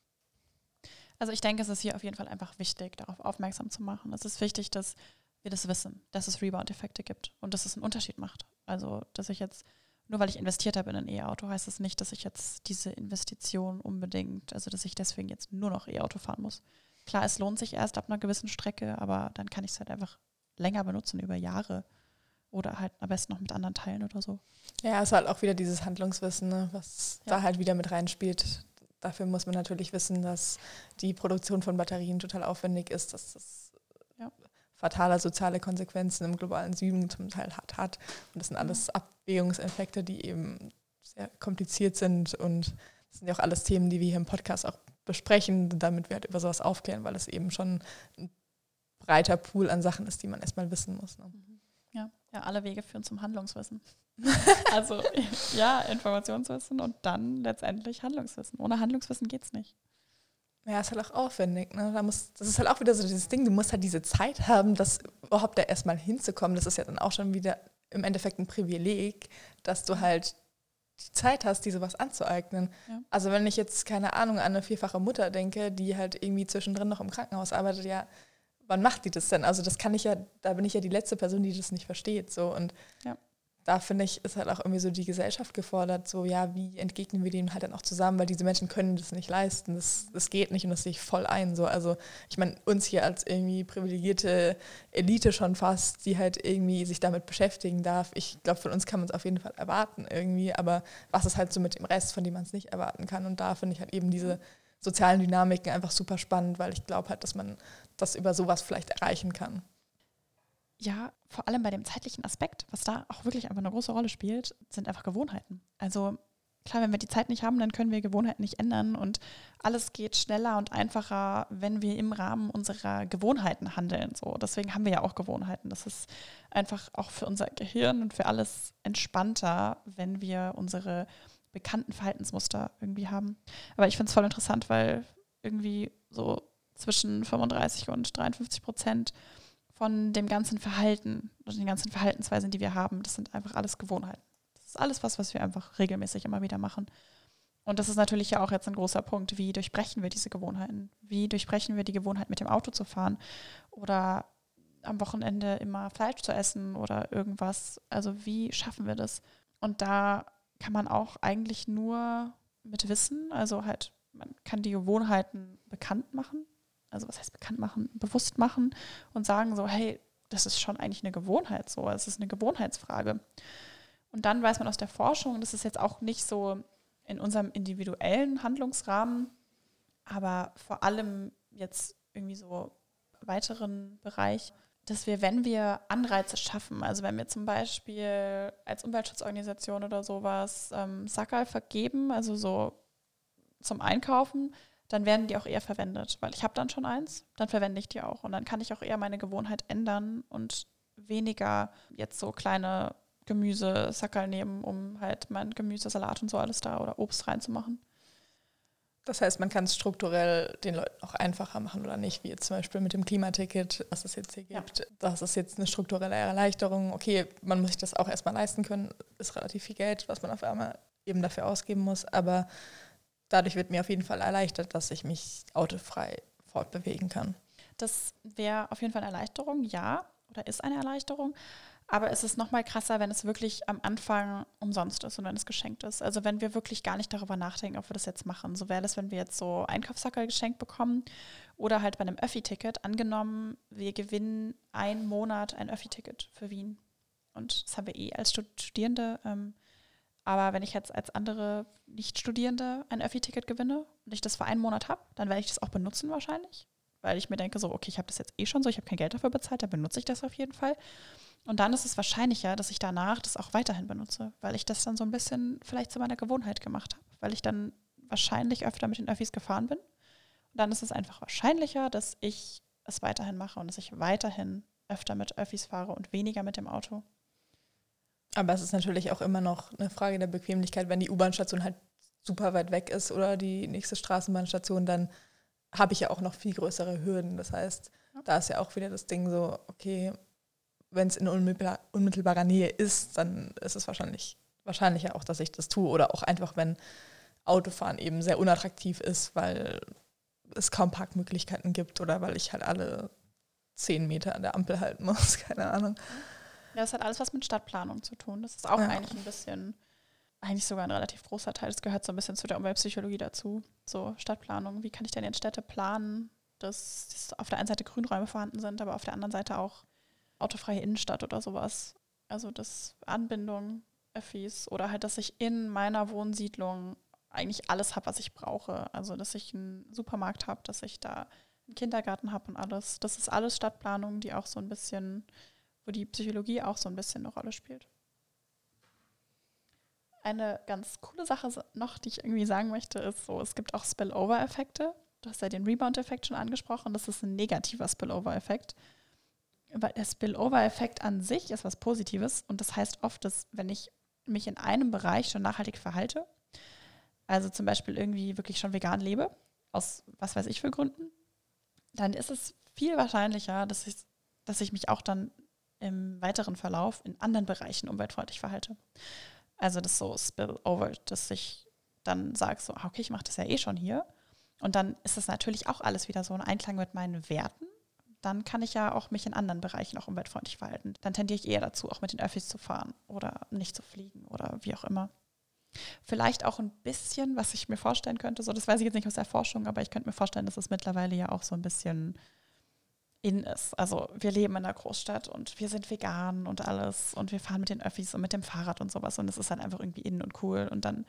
Also ich denke, es ist hier auf jeden Fall einfach wichtig, darauf aufmerksam zu machen. Es ist wichtig, dass wir das wissen, dass es Rebound-Effekte gibt und dass es einen Unterschied macht. Also, dass ich jetzt, nur weil ich investiert habe in ein E-Auto, heißt es nicht, dass ich jetzt diese Investition unbedingt, also dass ich deswegen jetzt nur noch E-Auto fahren muss. Klar, es lohnt sich erst ab einer gewissen Strecke, aber dann kann ich es halt einfach länger benutzen, über Jahre. Oder halt am besten noch mit anderen Teilen oder so. Ja, es ist halt auch wieder dieses Handlungswissen, ne, was da halt wieder mit reinspielt. Dafür muss man natürlich wissen, dass die Produktion von Batterien total aufwendig ist, dass das fatale soziale Konsequenzen im globalen Süden zum Teil hat. Und das sind alles Abwägungseffekte, die eben sehr kompliziert sind. Und das sind ja auch alles Themen, die wir hier im Podcast auch besprechen, damit wir halt über sowas aufklären, weil es eben schon ein breiter Pool an Sachen ist, die man erstmal wissen muss. Ne? Ja, alle Wege führen zum Handlungswissen. Also ja, Informationswissen und dann letztendlich Handlungswissen. Ohne Handlungswissen geht's nicht. Ja, ist halt auch aufwendig. Ne? Das ist halt auch wieder so dieses Ding, du musst halt diese Zeit haben, das überhaupt da erstmal hinzukommen. Das ist ja dann auch schon wieder im Endeffekt ein Privileg, dass du halt die Zeit hast, dir sowas anzueignen. Ja. Also wenn ich jetzt, keine Ahnung, an eine vierfache Mutter denke, die halt irgendwie zwischendrin noch im Krankenhaus arbeitet, ja, wann macht die das denn? Also das kann ich ja, da bin ich ja die letzte Person, die das nicht versteht. So. Und da finde ich, ist halt auch irgendwie so die Gesellschaft gefordert, so ja, wie entgegnen wir dem halt dann auch zusammen, weil diese Menschen können das nicht leisten, das geht nicht und das sehe ich voll ein. So. Also ich meine, uns hier als irgendwie privilegierte Elite schon fast, die halt irgendwie sich damit beschäftigen darf, ich glaube, von uns kann man es auf jeden Fall erwarten irgendwie, aber was ist halt so mit dem Rest, von dem man es nicht erwarten kann, und da finde ich halt eben diese sozialen Dynamiken einfach super spannend, weil ich glaube halt, dass man das über sowas vielleicht erreichen kann. Ja, vor allem bei dem zeitlichen Aspekt, was da auch wirklich einfach eine große Rolle spielt, sind einfach Gewohnheiten. Also klar, wenn wir die Zeit nicht haben, dann können wir Gewohnheiten nicht ändern und alles geht schneller und einfacher, wenn wir im Rahmen unserer Gewohnheiten handeln. So, deswegen haben wir ja auch Gewohnheiten. Das ist einfach auch für unser Gehirn und für alles entspannter, wenn wir unsere bekannten Verhaltensmuster irgendwie haben. Aber ich finde es voll interessant, weil irgendwie so zwischen 35 und 53% von dem ganzen Verhalten oder den ganzen Verhaltensweisen, die wir haben, das sind einfach alles Gewohnheiten. Das ist alles was wir einfach regelmäßig immer wieder machen. Und das ist natürlich ja auch jetzt ein großer Punkt. Wie durchbrechen wir diese Gewohnheiten? Wie durchbrechen wir die Gewohnheit, mit dem Auto zu fahren oder am Wochenende immer Fleisch zu essen oder irgendwas? Also wie schaffen wir das? Und da kann man auch eigentlich nur mit Wissen, also halt, man kann die Gewohnheiten bekannt machen. Also was heißt bekannt machen? Bewusst machen und sagen so, hey, das ist schon eigentlich eine Gewohnheit so. Es ist eine Gewohnheitsfrage. Und dann weiß man aus der Forschung, das ist jetzt auch nicht so in unserem individuellen Handlungsrahmen, aber vor allem jetzt irgendwie so weiteren Bereich, dass wir, wenn wir Anreize schaffen, also wenn wir zum Beispiel als Umweltschutzorganisation oder sowas Sackerl vergeben, also so zum Einkaufen, dann werden die auch eher verwendet, weil ich habe dann schon eins, dann verwende ich die auch und dann kann ich auch eher meine Gewohnheit ändern und weniger jetzt so kleine Gemüsesackerl nehmen, um halt mein Gemüsesalat und so alles da oder Obst reinzumachen. Das heißt, man kann es strukturell den Leuten auch einfacher machen oder nicht, wie jetzt zum Beispiel mit dem Klimaticket, was es jetzt hier gibt. Ja. Das ist jetzt eine strukturelle Erleichterung. Okay, man muss sich das auch erstmal leisten können, ist relativ viel Geld, was man auf einmal eben dafür ausgeben muss, aber dadurch wird mir auf jeden Fall erleichtert, dass ich mich autofrei fortbewegen kann. Das wäre auf jeden Fall eine Erleichterung, ja, oder ist eine Erleichterung. Aber es ist nochmal krasser, wenn es wirklich am Anfang umsonst ist und wenn es geschenkt ist. Also wenn wir wirklich gar nicht darüber nachdenken, ob wir das jetzt machen. So wäre das, wenn wir jetzt so Einkaufssackerl geschenkt bekommen oder halt bei einem Öffi-Ticket. Angenommen, wir gewinnen einen Monat ein Öffi-Ticket für Wien. Und das haben wir als Studierende. Aber wenn ich jetzt als andere Nicht-Studierende ein Öffi-Ticket gewinne und ich das für einen Monat habe, dann werde ich das auch benutzen wahrscheinlich. Weil ich mir denke so, okay, ich habe das jetzt eh schon so, ich habe kein Geld dafür bezahlt, dann benutze ich das auf jeden Fall. Und dann ist es wahrscheinlicher, dass ich danach das auch weiterhin benutze, weil ich das dann so ein bisschen vielleicht zu meiner Gewohnheit gemacht habe, weil ich dann wahrscheinlich öfter mit den Öffis gefahren bin. Und dann ist es einfach wahrscheinlicher, dass ich es weiterhin mache und dass ich weiterhin öfter mit Öffis fahre und weniger mit dem Auto. Aber es ist natürlich auch immer noch eine Frage der Bequemlichkeit, wenn die U-Bahn-Station halt super weit weg ist oder die nächste Straßenbahnstation, dann habe ich ja auch noch viel größere Hürden. Das heißt, da ist ja auch wieder das Ding so, okay, wenn es in unmittelbarer Nähe ist, dann ist es wahrscheinlicher auch, dass ich das tue. Oder auch einfach, wenn Autofahren eben sehr unattraktiv ist, weil es kaum Parkmöglichkeiten gibt oder weil ich halt alle 10 Meter an der Ampel halten muss, keine Ahnung. Ja, das hat alles was mit Stadtplanung zu tun. Das ist auch eigentlich ein bisschen, eigentlich sogar ein relativ großer Teil. Das gehört so ein bisschen zu der Umweltpsychologie dazu. So Stadtplanung, wie kann ich denn jetzt Städte planen, dass auf der einen Seite Grünräume vorhanden sind, aber auf der anderen Seite auch autofreie Innenstadt oder sowas. Also das Anbindung, Öffis oder halt, dass ich in meiner Wohnsiedlung eigentlich alles habe, was ich brauche. Also dass ich einen Supermarkt habe, dass ich da einen Kindergarten habe und alles. Das ist alles Stadtplanung, die auch so ein bisschen, wo die Psychologie auch so ein bisschen eine Rolle spielt. Eine ganz coole Sache noch, die ich irgendwie sagen möchte, ist so, es gibt auch Spillover-Effekte. Du hast ja den Rebound-Effekt schon angesprochen. Das ist ein negativer Spillover-Effekt. Weil der Spillover-Effekt an sich ist was Positives und das heißt oft, dass wenn ich mich in einem Bereich schon nachhaltig verhalte, also zum Beispiel irgendwie wirklich schon vegan lebe, aus was weiß ich für Gründen, dann ist es viel wahrscheinlicher, dass ich mich auch dann im weiteren Verlauf in anderen Bereichen umweltfreundlich verhalte. Also das ist so Spillover, dass ich dann sage so, okay, ich mache das ja eh schon hier und dann ist das natürlich auch alles wieder so ein Einklang mit meinen Werten. Dann kann ich ja auch mich in anderen Bereichen auch umweltfreundlich verhalten. Dann tendiere ich eher dazu, auch mit den Öffis zu fahren oder nicht zu fliegen oder wie auch immer. Vielleicht auch ein bisschen, was ich mir vorstellen könnte, so das weiß ich jetzt nicht aus der Forschung, aber ich könnte mir vorstellen, dass es mittlerweile ja auch so ein bisschen in ist. Also wir leben in einer Großstadt und wir sind vegan und alles und wir fahren mit den Öffis und mit dem Fahrrad und sowas und es ist dann einfach irgendwie in und cool und dann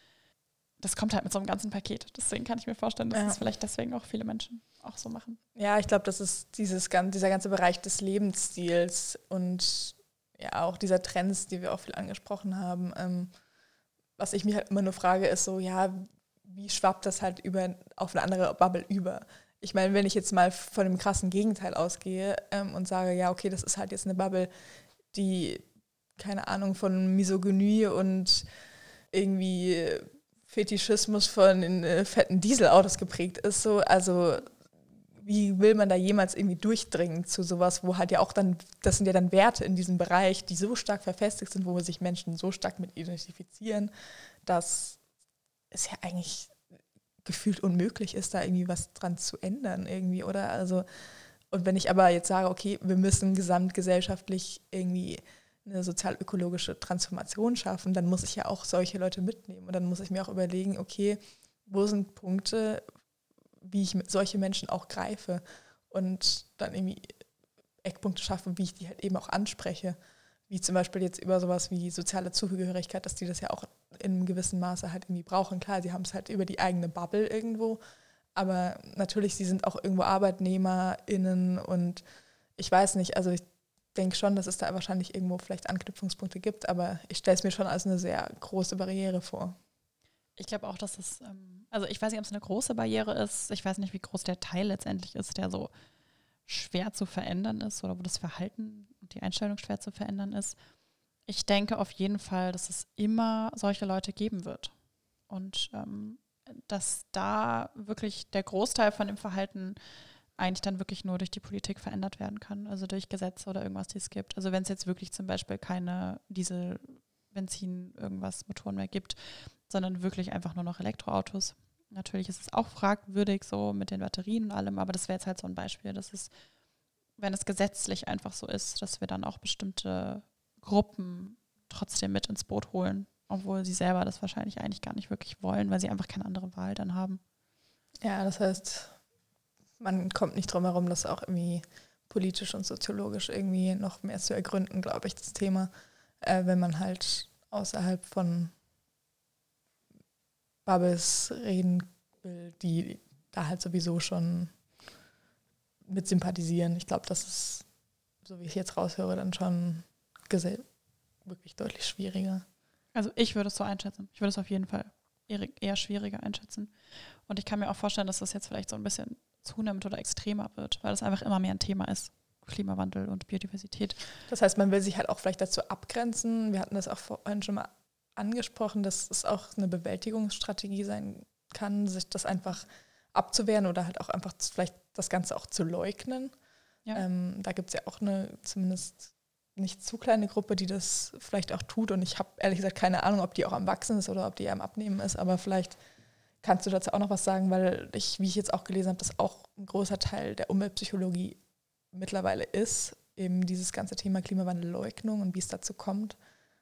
das kommt halt mit so einem ganzen Paket. Deswegen kann ich mir vorstellen, dass das vielleicht deswegen auch viele Menschen auch so machen. Ja, ich glaube, das ist dieser ganze Bereich des Lebensstils und ja auch dieser Trends, die wir auch viel angesprochen haben. Was ich mich halt immer nur frage, ist so, ja, wie schwappt das halt auf eine andere Bubble über? Ich meine, wenn ich jetzt mal von dem krassen Gegenteil ausgehe und sage, ja, okay, das ist halt jetzt eine Bubble, die, keine Ahnung, von Misogynie und irgendwie Fetischismus von den fetten Dieselautos geprägt ist, so, also wie will man da jemals irgendwie durchdringen zu sowas, wo halt ja auch dann, das sind ja dann Werte in diesem Bereich, die so stark verfestigt sind, wo sich Menschen so stark mit identifizieren, dass es ja eigentlich gefühlt unmöglich ist, da irgendwie was dran zu ändern irgendwie, oder? Also, und wenn ich aber jetzt sage, okay, wir müssen gesamtgesellschaftlich irgendwie eine sozial-ökologische Transformation schaffen, dann muss ich ja auch solche Leute mitnehmen. Und dann muss ich mir auch überlegen, okay, wo sind Punkte, wie ich solche Menschen auch greife und dann irgendwie Eckpunkte schaffe, wie ich die halt eben auch anspreche. Wie zum Beispiel jetzt über sowas wie soziale Zugehörigkeit, dass die das ja auch in einem gewissen Maße halt irgendwie brauchen. Klar, sie haben es halt über die eigene Bubble irgendwo, aber natürlich, sie sind auch irgendwo ArbeitnehmerInnen und ich weiß nicht, also ich denke schon, dass es da wahrscheinlich irgendwo vielleicht Anknüpfungspunkte gibt, aber ich stelle es mir schon als eine sehr große Barriere vor. Ich glaube auch, dass es, also ich weiß nicht, ob es eine große Barriere ist. Ich weiß nicht, wie groß der Teil letztendlich ist, der so schwer zu verändern ist oder wo das Verhalten und die Einstellung schwer zu verändern ist. Ich denke auf jeden Fall, dass es immer solche Leute geben wird. Und dass da wirklich der Großteil von dem Verhalten eigentlich dann wirklich nur durch die Politik verändert werden kann, also durch Gesetze oder irgendwas, die es gibt. Also wenn es jetzt wirklich zum Beispiel keine Diesel, Benzin, irgendwas Motoren mehr gibt, sondern wirklich einfach nur noch Elektroautos. Natürlich ist es auch fragwürdig so mit den Batterien und allem, aber das wäre jetzt halt so ein Beispiel, dass es, wenn es gesetzlich einfach so ist, dass wir dann auch bestimmte Gruppen trotzdem mit ins Boot holen, obwohl sie selber das wahrscheinlich eigentlich gar nicht wirklich wollen, weil sie einfach keine andere Wahl dann haben. Ja, das heißt, man kommt nicht drum herum, das auch irgendwie politisch und soziologisch irgendwie noch mehr zu ergründen, glaube ich, das Thema, wenn man halt außerhalb von Bubbles reden will, die da halt sowieso schon mit sympathisieren. Ich glaube, das ist, so wie ich jetzt raushöre, dann schon wirklich deutlich schwieriger. Also ich würde es so einschätzen. Ich würde es auf jeden Fall eher schwieriger einschätzen. Und ich kann mir auch vorstellen, dass das jetzt vielleicht so ein bisschen zunimmt oder extremer wird, weil es einfach immer mehr ein Thema ist. Klimawandel und Biodiversität. Das heißt, man will sich halt auch vielleicht dazu abgrenzen. Wir hatten das auch vorhin schon mal angesprochen, dass es auch eine Bewältigungsstrategie sein kann, sich das einfach abzuwehren oder halt auch einfach vielleicht das Ganze auch zu leugnen. Ja. Da gibt es ja auch eine zumindest nicht zu kleine Gruppe, die das vielleicht auch tut. Und ich habe ehrlich gesagt keine Ahnung, ob die auch am Wachsen ist oder ob die am Abnehmen ist. Aber vielleicht kannst du dazu auch noch was sagen, weil wie ich jetzt auch gelesen habe, das auch ein großer Teil der Umweltpsychologie mittlerweile ist, eben dieses ganze Thema Klimawandelleugnung und wie es dazu kommt.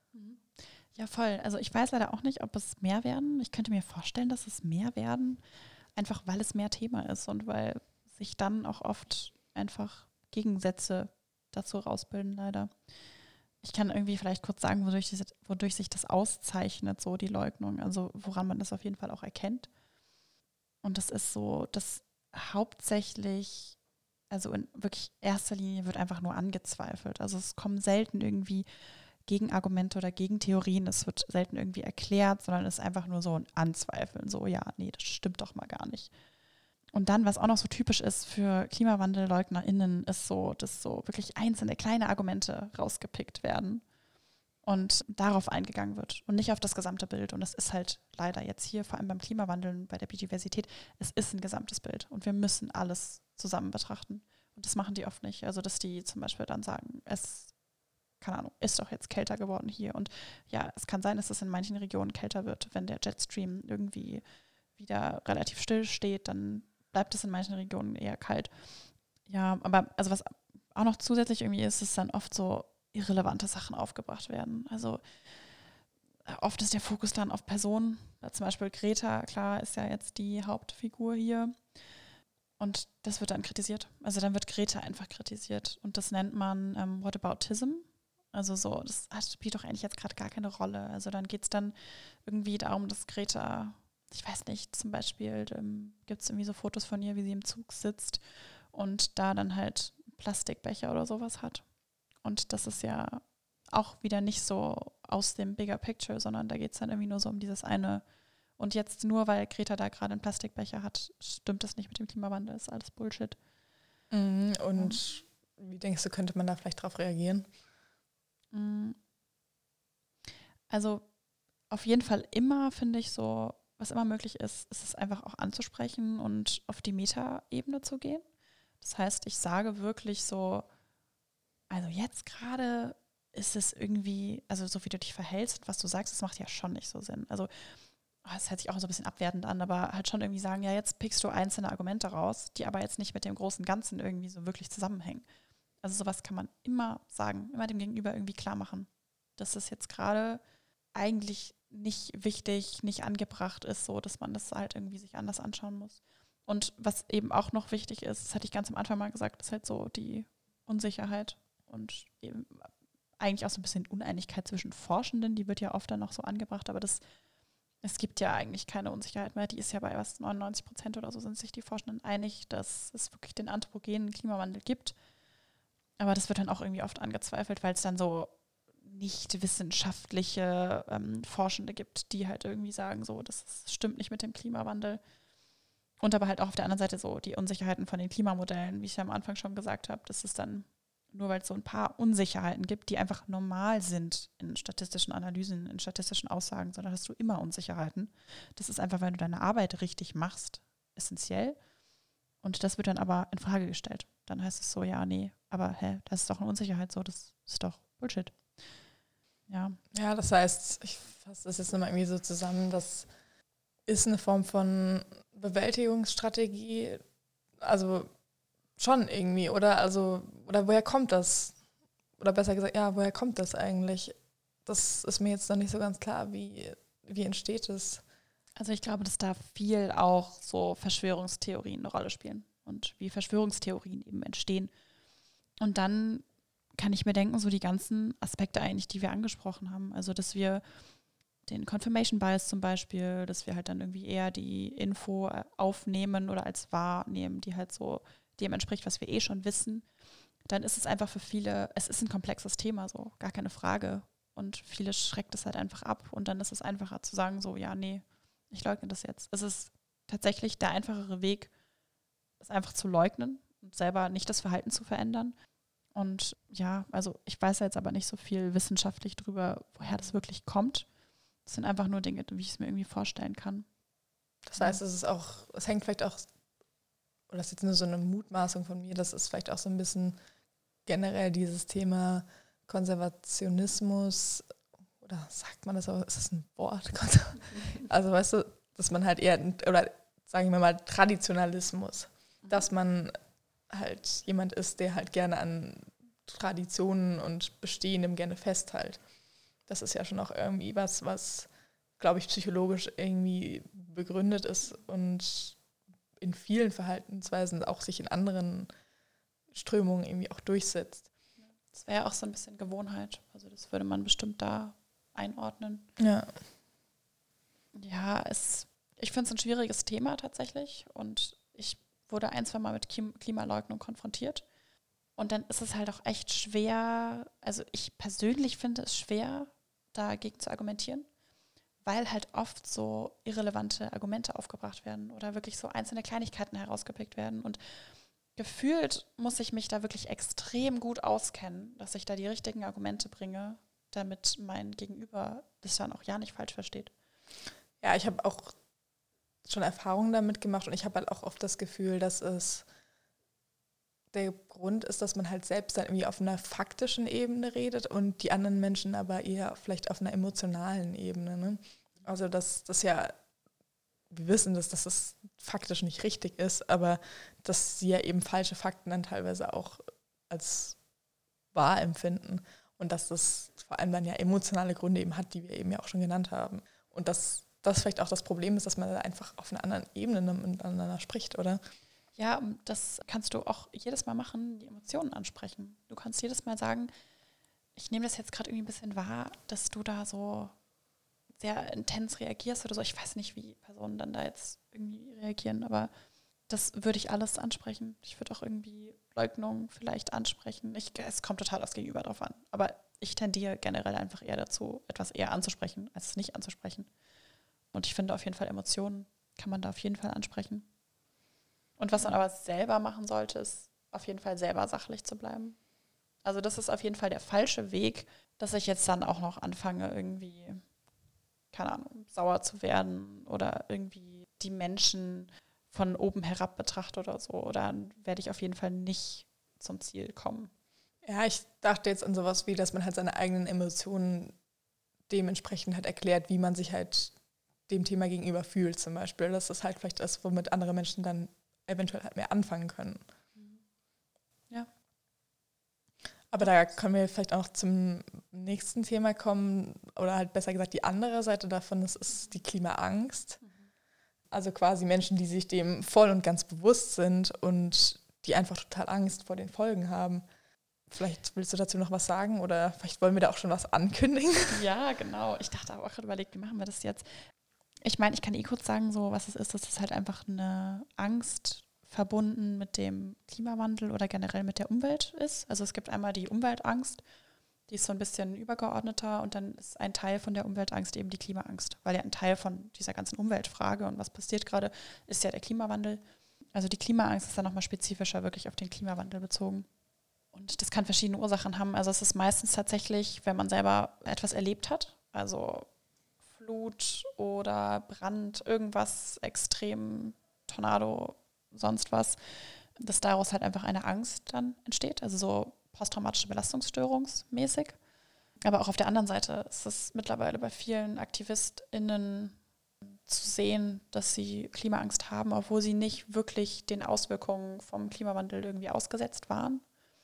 Ja, voll. Also ich weiß leider auch nicht, ob es mehr werden. Ich könnte mir vorstellen, dass es mehr werden, einfach weil es mehr Thema ist und weil sich dann auch oft einfach Gegensätze dazu rausbilden, leider. Ich kann irgendwie vielleicht kurz sagen, wodurch sich das auszeichnet, so die Leugnung, also woran man das auf jeden Fall auch erkennt. Und das ist so, dass hauptsächlich, also in wirklich erster Linie wird einfach nur angezweifelt. Also es kommen selten irgendwie Gegenargumente oder Gegentheorien, es wird selten irgendwie erklärt, sondern es ist einfach nur so ein Anzweifeln, so ja, nee, das stimmt doch mal gar nicht. Und dann, was auch noch so typisch ist für KlimawandellleugnerInnen, ist so, dass so wirklich einzelne kleine Argumente rausgepickt werden und darauf eingegangen wird und nicht auf das gesamte Bild. Und das ist halt leider jetzt hier, vor allem beim Klimawandel und bei der Biodiversität, es ist ein gesamtes Bild und wir müssen alles zusammen betrachten. Und das machen die oft nicht. Also, dass die zum Beispiel dann sagen, keine Ahnung, ist doch jetzt kälter geworden hier. Und ja, es kann sein, dass es in manchen Regionen kälter wird. Wenn der Jetstream irgendwie wieder relativ still steht, dann bleibt es in manchen Regionen eher kalt. Ja, aber also was auch noch zusätzlich irgendwie ist dann oft so irrelevante Sachen aufgebracht werden. Also oft ist der Fokus dann auf Personen. Zum Beispiel Greta, klar, ist ja jetzt die Hauptfigur hier. Und das wird dann kritisiert. Also dann wird Greta einfach kritisiert. Und das nennt man Whataboutism. Also so, das spielt doch eigentlich jetzt gerade gar keine Rolle. Also dann geht es dann irgendwie darum, dass Greta, ich weiß nicht, zum Beispiel gibt es irgendwie so Fotos von ihr, wie sie im Zug sitzt und da dann halt Plastikbecher oder sowas hat. Und das ist ja auch wieder nicht so aus dem Bigger Picture, sondern da geht es dann irgendwie nur so um dieses eine. Und jetzt nur, weil Greta da gerade einen Plastikbecher hat, stimmt das nicht mit dem Klimawandel, ist alles Bullshit. Und wie denkst du, könnte man da vielleicht drauf reagieren? Also auf jeden Fall immer, finde ich so, was immer möglich ist, ist es einfach auch anzusprechen und auf die Meta-Ebene zu gehen. Das heißt, ich sage wirklich so, also jetzt gerade ist es irgendwie, also so wie du dich verhältst und was du sagst, das macht ja schon nicht so Sinn. Also es hört sich auch so ein bisschen abwertend an, aber halt schon irgendwie sagen, ja, jetzt pickst du einzelne Argumente raus, die aber jetzt nicht mit dem großen Ganzen irgendwie so wirklich zusammenhängen. Also sowas kann man immer sagen, immer dem Gegenüber irgendwie klar machen, dass es jetzt gerade eigentlich nicht wichtig, nicht angebracht ist, so dass man das halt irgendwie sich anders anschauen muss. Und was eben auch noch wichtig ist, das hatte ich ganz am Anfang mal gesagt, ist halt so die Unsicherheit und eben eigentlich auch so ein bisschen Uneinigkeit zwischen Forschenden, die wird ja oft dann noch so angebracht, aber es gibt ja eigentlich keine Unsicherheit mehr, die ist ja bei 99% oder so sind sich die Forschenden einig, dass es wirklich den anthropogenen Klimawandel gibt. Aber das wird dann auch irgendwie oft angezweifelt, weil es dann so nicht wissenschaftliche Forschende gibt, die halt irgendwie sagen, so, stimmt nicht mit dem Klimawandel. Und aber halt auch auf der anderen Seite so die Unsicherheiten von den Klimamodellen, wie ich ja am Anfang schon gesagt habe, das ist dann nur, weil es so ein paar Unsicherheiten gibt, die einfach normal sind in statistischen Analysen, in statistischen Aussagen, sondern hast du immer Unsicherheiten. Das ist einfach, wenn du deine Arbeit richtig machst, essentiell. Und das wird dann aber in Frage gestellt. Dann heißt es so, ja, nee, aber das ist doch eine Unsicherheit, so, das ist doch Bullshit. Ja. Ja, das heißt, ich fasse das jetzt nochmal irgendwie so zusammen, das ist eine Form von Bewältigungsstrategie, also schon irgendwie, oder? Also, oder woher kommt das? Oder besser gesagt, ja, woher kommt das eigentlich? Das ist mir jetzt noch nicht so ganz klar, wie entsteht es? Also ich glaube, dass da viel auch so Verschwörungstheorien eine Rolle spielen und wie Verschwörungstheorien eben entstehen. Und dann kann ich mir denken, so die ganzen Aspekte eigentlich, die wir angesprochen haben. Also dass wir den Confirmation Bias zum Beispiel, dass wir halt dann irgendwie eher die Info aufnehmen oder als wahrnehmen, die halt so dem entspricht, was wir eh schon wissen. Dann ist es einfach für viele, es ist ein komplexes Thema, so gar keine Frage. Und viele schreckt es halt einfach ab. Und dann ist es einfacher zu sagen, so, ja, nee, ich leugne das jetzt. Es ist tatsächlich der einfachere Weg, es einfach zu leugnen und selber nicht das Verhalten zu verändern. Und ja, also ich weiß jetzt aber nicht so viel wissenschaftlich drüber, woher das wirklich kommt. Das sind einfach nur Dinge, wie ich es mir irgendwie vorstellen kann. Das heißt, es hängt vielleicht auch, oder das ist jetzt nur so eine Mutmaßung von mir, das ist vielleicht auch so ein bisschen generell dieses Thema Konservationismus, oder sagt man das auch, ist das ein Wort? Also weißt du, dass man halt eher, oder sagen wir mal Traditionalismus, dass man halt jemand ist, der halt gerne an Traditionen und Bestehendem gerne festhält. Das ist ja schon auch irgendwie was, glaube ich, psychologisch irgendwie begründet ist und in vielen Verhaltensweisen auch sich in anderen Strömungen irgendwie auch durchsetzt. Das wäre ja auch so ein bisschen Gewohnheit. Also das würde man bestimmt da einordnen. Ja. Ja, ich finde es ein schwieriges Thema tatsächlich und ich wurde 1-2 Mal mit Klimaleugnung konfrontiert und dann ist es halt auch echt schwer, also ich persönlich finde es schwer, dagegen zu argumentieren, weil halt oft so irrelevante Argumente aufgebracht werden oder wirklich so einzelne Kleinigkeiten herausgepickt werden und gefühlt muss ich mich da wirklich extrem gut auskennen, dass ich da die richtigen Argumente bringe, damit mein Gegenüber das dann auch ja nicht falsch versteht. Ja, ich habe auch schon Erfahrungen damit gemacht und ich habe halt auch oft das Gefühl, dass es der Grund ist, dass man halt selbst dann irgendwie auf einer faktischen Ebene redet und die anderen Menschen aber eher vielleicht auf einer emotionalen Ebene. Ne? Also dass das ja, wir wissen, dass das faktisch nicht richtig ist, aber dass sie ja eben falsche Fakten dann teilweise auch als wahr empfinden und dass das vor allem dann ja emotionale Gründe eben hat, die wir eben ja auch schon genannt haben. Und dass das vielleicht auch das Problem ist, dass man da einfach auf einer anderen Ebene miteinander spricht, oder? Ja, das kannst du auch jedes Mal machen, die Emotionen ansprechen. Du kannst jedes Mal sagen, ich nehme das jetzt gerade irgendwie ein bisschen wahr, dass du da so sehr intens reagierst oder so. Ich weiß nicht, wie Personen dann da jetzt irgendwie reagieren, aber das würde ich alles ansprechen. Ich würde auch irgendwie Leugnung vielleicht ansprechen. Es kommt total aufs Gegenüber drauf an. Aber ich tendiere generell einfach eher dazu, etwas eher anzusprechen, als es nicht anzusprechen. Und ich finde auf jeden Fall, Emotionen kann man da auf jeden Fall ansprechen. Und was man aber selber machen sollte, ist auf jeden Fall selber sachlich zu bleiben. Also das ist auf jeden Fall der falsche Weg, dass ich jetzt dann auch noch anfange, irgendwie, keine Ahnung, sauer zu werden oder irgendwie die Menschen von oben herab betrachte oder so. Oder dann werde ich auf jeden Fall nicht zum Ziel kommen. Ja, ich dachte jetzt an sowas wie, dass man halt seine eigenen Emotionen dementsprechend halt erklärt, wie man sich halt dem Thema gegenüber fühlt zum Beispiel. Dass das halt vielleicht ist, womit andere Menschen dann eventuell halt mehr anfangen können. Ja. Aber da können wir vielleicht auch zum nächsten Thema kommen, oder halt besser gesagt die andere Seite davon, das ist die Klimaangst. Also quasi Menschen, die sich dem voll und ganz bewusst sind und die einfach total Angst vor den Folgen haben. Vielleicht willst du dazu noch was sagen oder vielleicht wollen wir da auch schon was ankündigen. Ja, genau. Ich dachte aber auch gerade überlegt, wie machen wir das jetzt? Ich meine, ich kann kurz sagen, so was es ist. Das ist halt einfach eine Angst verbunden mit dem Klimawandel oder generell mit der Umwelt ist. Also es gibt einmal die Umweltangst, die ist so ein bisschen übergeordneter und dann ist ein Teil von der Umweltangst eben die Klimaangst, weil ja ein Teil von dieser ganzen Umweltfrage und was passiert gerade, ist ja der Klimawandel. Also die Klimaangst ist dann nochmal spezifischer wirklich auf den Klimawandel bezogen. Und das kann verschiedene Ursachen haben. Also es ist meistens tatsächlich, wenn man selber etwas erlebt hat, also Flut oder Brand, irgendwas extrem, Tornado, sonst was, dass daraus halt einfach eine Angst dann entsteht, also so posttraumatische Belastungsstörungsmäßig. Aber auch auf der anderen Seite ist es mittlerweile bei vielen AktivistInnen zu sehen, dass sie Klimaangst haben, obwohl sie nicht wirklich den Auswirkungen vom Klimawandel irgendwie ausgesetzt waren.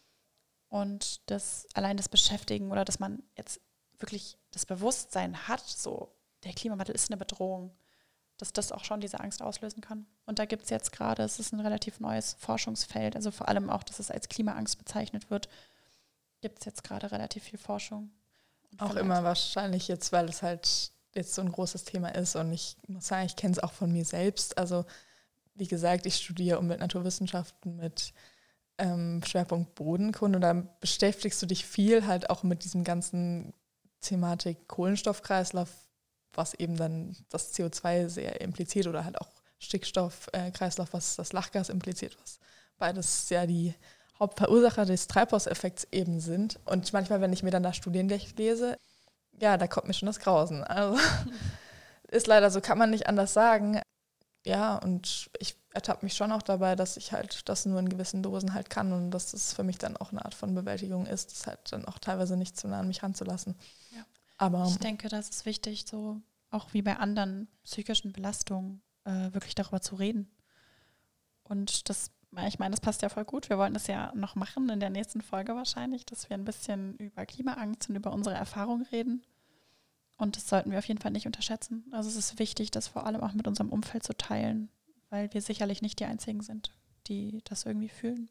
Und allein das Beschäftigen oder dass man jetzt wirklich das Bewusstsein hat, so der Klimawandel ist eine Bedrohung, dass das auch schon diese Angst auslösen kann. Und da gibt es jetzt gerade, es ist ein relativ neues Forschungsfeld, also vor allem auch, dass es als Klimaangst bezeichnet wird, gibt es jetzt gerade relativ viel Forschung. Und auch immer wahrscheinlich jetzt, weil es halt jetzt so ein großes Thema ist und ich muss sagen, ich kenne es auch von mir selbst. Also wie gesagt, ich studiere Umwelt-Naturwissenschaften mit Schwerpunkt Bodenkunde und da beschäftigst du dich viel halt auch mit diesem ganzen Thematik Kohlenstoffkreislauf, was eben dann das CO2 sehr impliziert oder halt auch Stickstoffkreislauf, was das Lachgas impliziert, was beides ja die Hauptverursacher des Treibhauseffekts eben sind. Und manchmal, wenn ich mir dann da Studien lese, ja, da kommt mir schon das Grausen. Also ist leider so, kann man nicht anders sagen. Ja, und ich ertappe mich schon auch dabei, dass ich halt das nur in gewissen Dosen halt kann und dass das für mich dann auch eine Art von Bewältigung ist, das halt dann auch teilweise nicht zu nah an mich ranzulassen. Ja. Aber ich denke, das ist wichtig, so auch wie bei anderen psychischen Belastungen, wirklich darüber zu reden. Und das, ich meine, das passt ja voll gut. Wir wollen das ja noch machen in der nächsten Folge wahrscheinlich, dass wir ein bisschen über Klimaangst und über unsere Erfahrungen reden. Und das sollten wir auf jeden Fall nicht unterschätzen. Also es ist wichtig, das vor allem auch mit unserem Umfeld zu teilen, weil wir sicherlich nicht die Einzigen sind, die das irgendwie fühlen.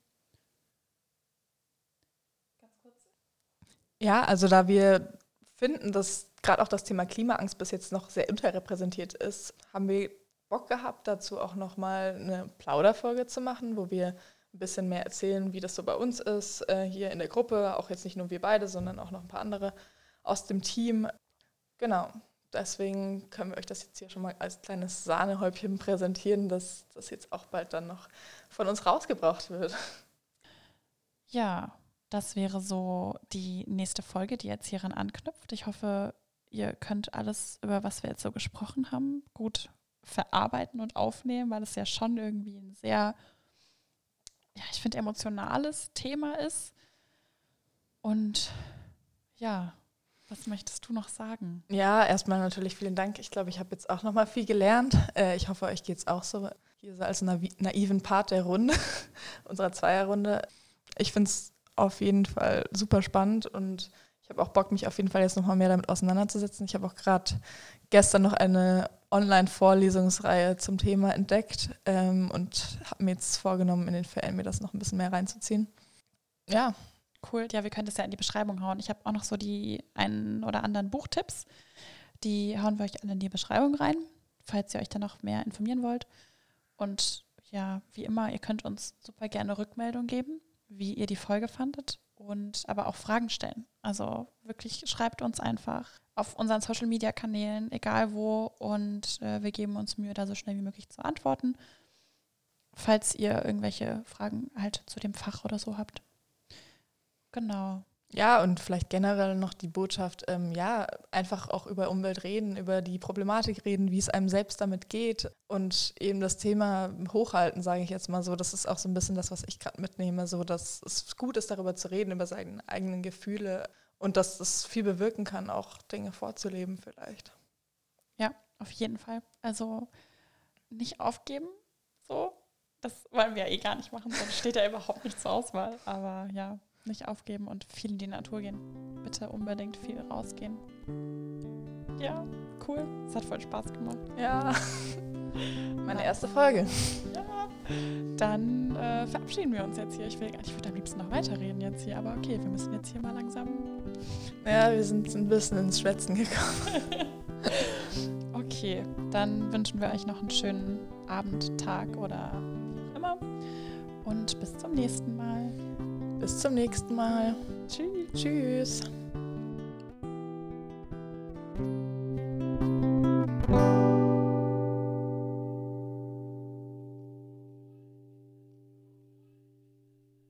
Ganz kurz. Ja, also da wir finden, dass gerade auch das Thema Klimaangst bis jetzt noch sehr unterrepräsentiert ist, haben wir Bock gehabt, dazu auch nochmal eine Plauderfolge zu machen, wo wir ein bisschen mehr erzählen, wie das so bei uns ist, hier in der Gruppe, auch jetzt nicht nur wir beide, sondern auch noch ein paar andere aus dem Team. Genau, deswegen können wir euch das jetzt hier schon mal als kleines Sahnehäubchen präsentieren, dass das jetzt auch bald dann noch von uns rausgebracht wird. Ja, das wäre so die nächste Folge, die jetzt hieran anknüpft. Ich hoffe, ihr könnt alles, über was wir jetzt so gesprochen haben, gut verarbeiten und aufnehmen, weil es ja schon irgendwie ein sehr, ja, ich finde, emotionales Thema ist. Und ja, was möchtest du noch sagen? Ja, erstmal natürlich vielen Dank. Ich glaube, ich habe jetzt auch noch mal viel gelernt. Ich hoffe, euch geht es auch so. Hier so als naiven Part der Runde, unserer Zweierrunde. Ich finde es auf jeden Fall super spannend und ich habe auch Bock, mich auf jeden Fall jetzt noch mal mehr damit auseinanderzusetzen. Ich habe auch gerade gestern noch eine Online-Vorlesungsreihe zum Thema entdeckt und habe mir jetzt vorgenommen, in den Ferien mir das noch ein bisschen mehr reinzuziehen. Ja. Cool, ja, wir können das ja in die Beschreibung hauen. Ich habe auch noch so die einen oder anderen Buchtipps. Die hauen wir euch alle in die Beschreibung rein, falls ihr euch dann noch mehr informieren wollt. Und ja, wie immer, ihr könnt uns super gerne Rückmeldung geben, wie ihr die Folge fandet und aber auch Fragen stellen. Also wirklich schreibt uns einfach auf unseren Social-Media-Kanälen, egal wo, und wir geben uns Mühe, da so schnell wie möglich zu antworten, falls ihr irgendwelche Fragen halt zu dem Fach oder so habt. Genau. Ja, und vielleicht generell noch die Botschaft, ja, einfach auch über Umwelt reden, über die Problematik reden, wie es einem selbst damit geht und eben das Thema hochhalten, sage ich jetzt mal so. Das ist auch so ein bisschen das, was ich gerade mitnehme, so dass es gut ist, darüber zu reden, über seine eigenen Gefühle und dass es viel bewirken kann, auch Dinge vorzuleben vielleicht. Ja, auf jeden Fall. Also nicht aufgeben, so. Das wollen wir ja eh gar nicht machen, sonst steht ja überhaupt nicht zur Auswahl. Aber ja, nicht aufgeben und viel in die Natur gehen. Bitte unbedingt viel rausgehen. Ja, cool. Es hat voll Spaß gemacht. Ja, meine erste Folge. Ja, dann verabschieden wir uns jetzt hier. Ich würde am liebsten noch weiterreden jetzt hier, aber okay, wir müssen jetzt hier mal langsam... Ja, wir sind ein bisschen ins Schwätzen gekommen. Okay, dann wünschen wir euch noch einen schönen Abend, Tag oder wie auch immer. und bis zum nächsten Mal. Bis zum nächsten Mal. Tschüss. Tschüss.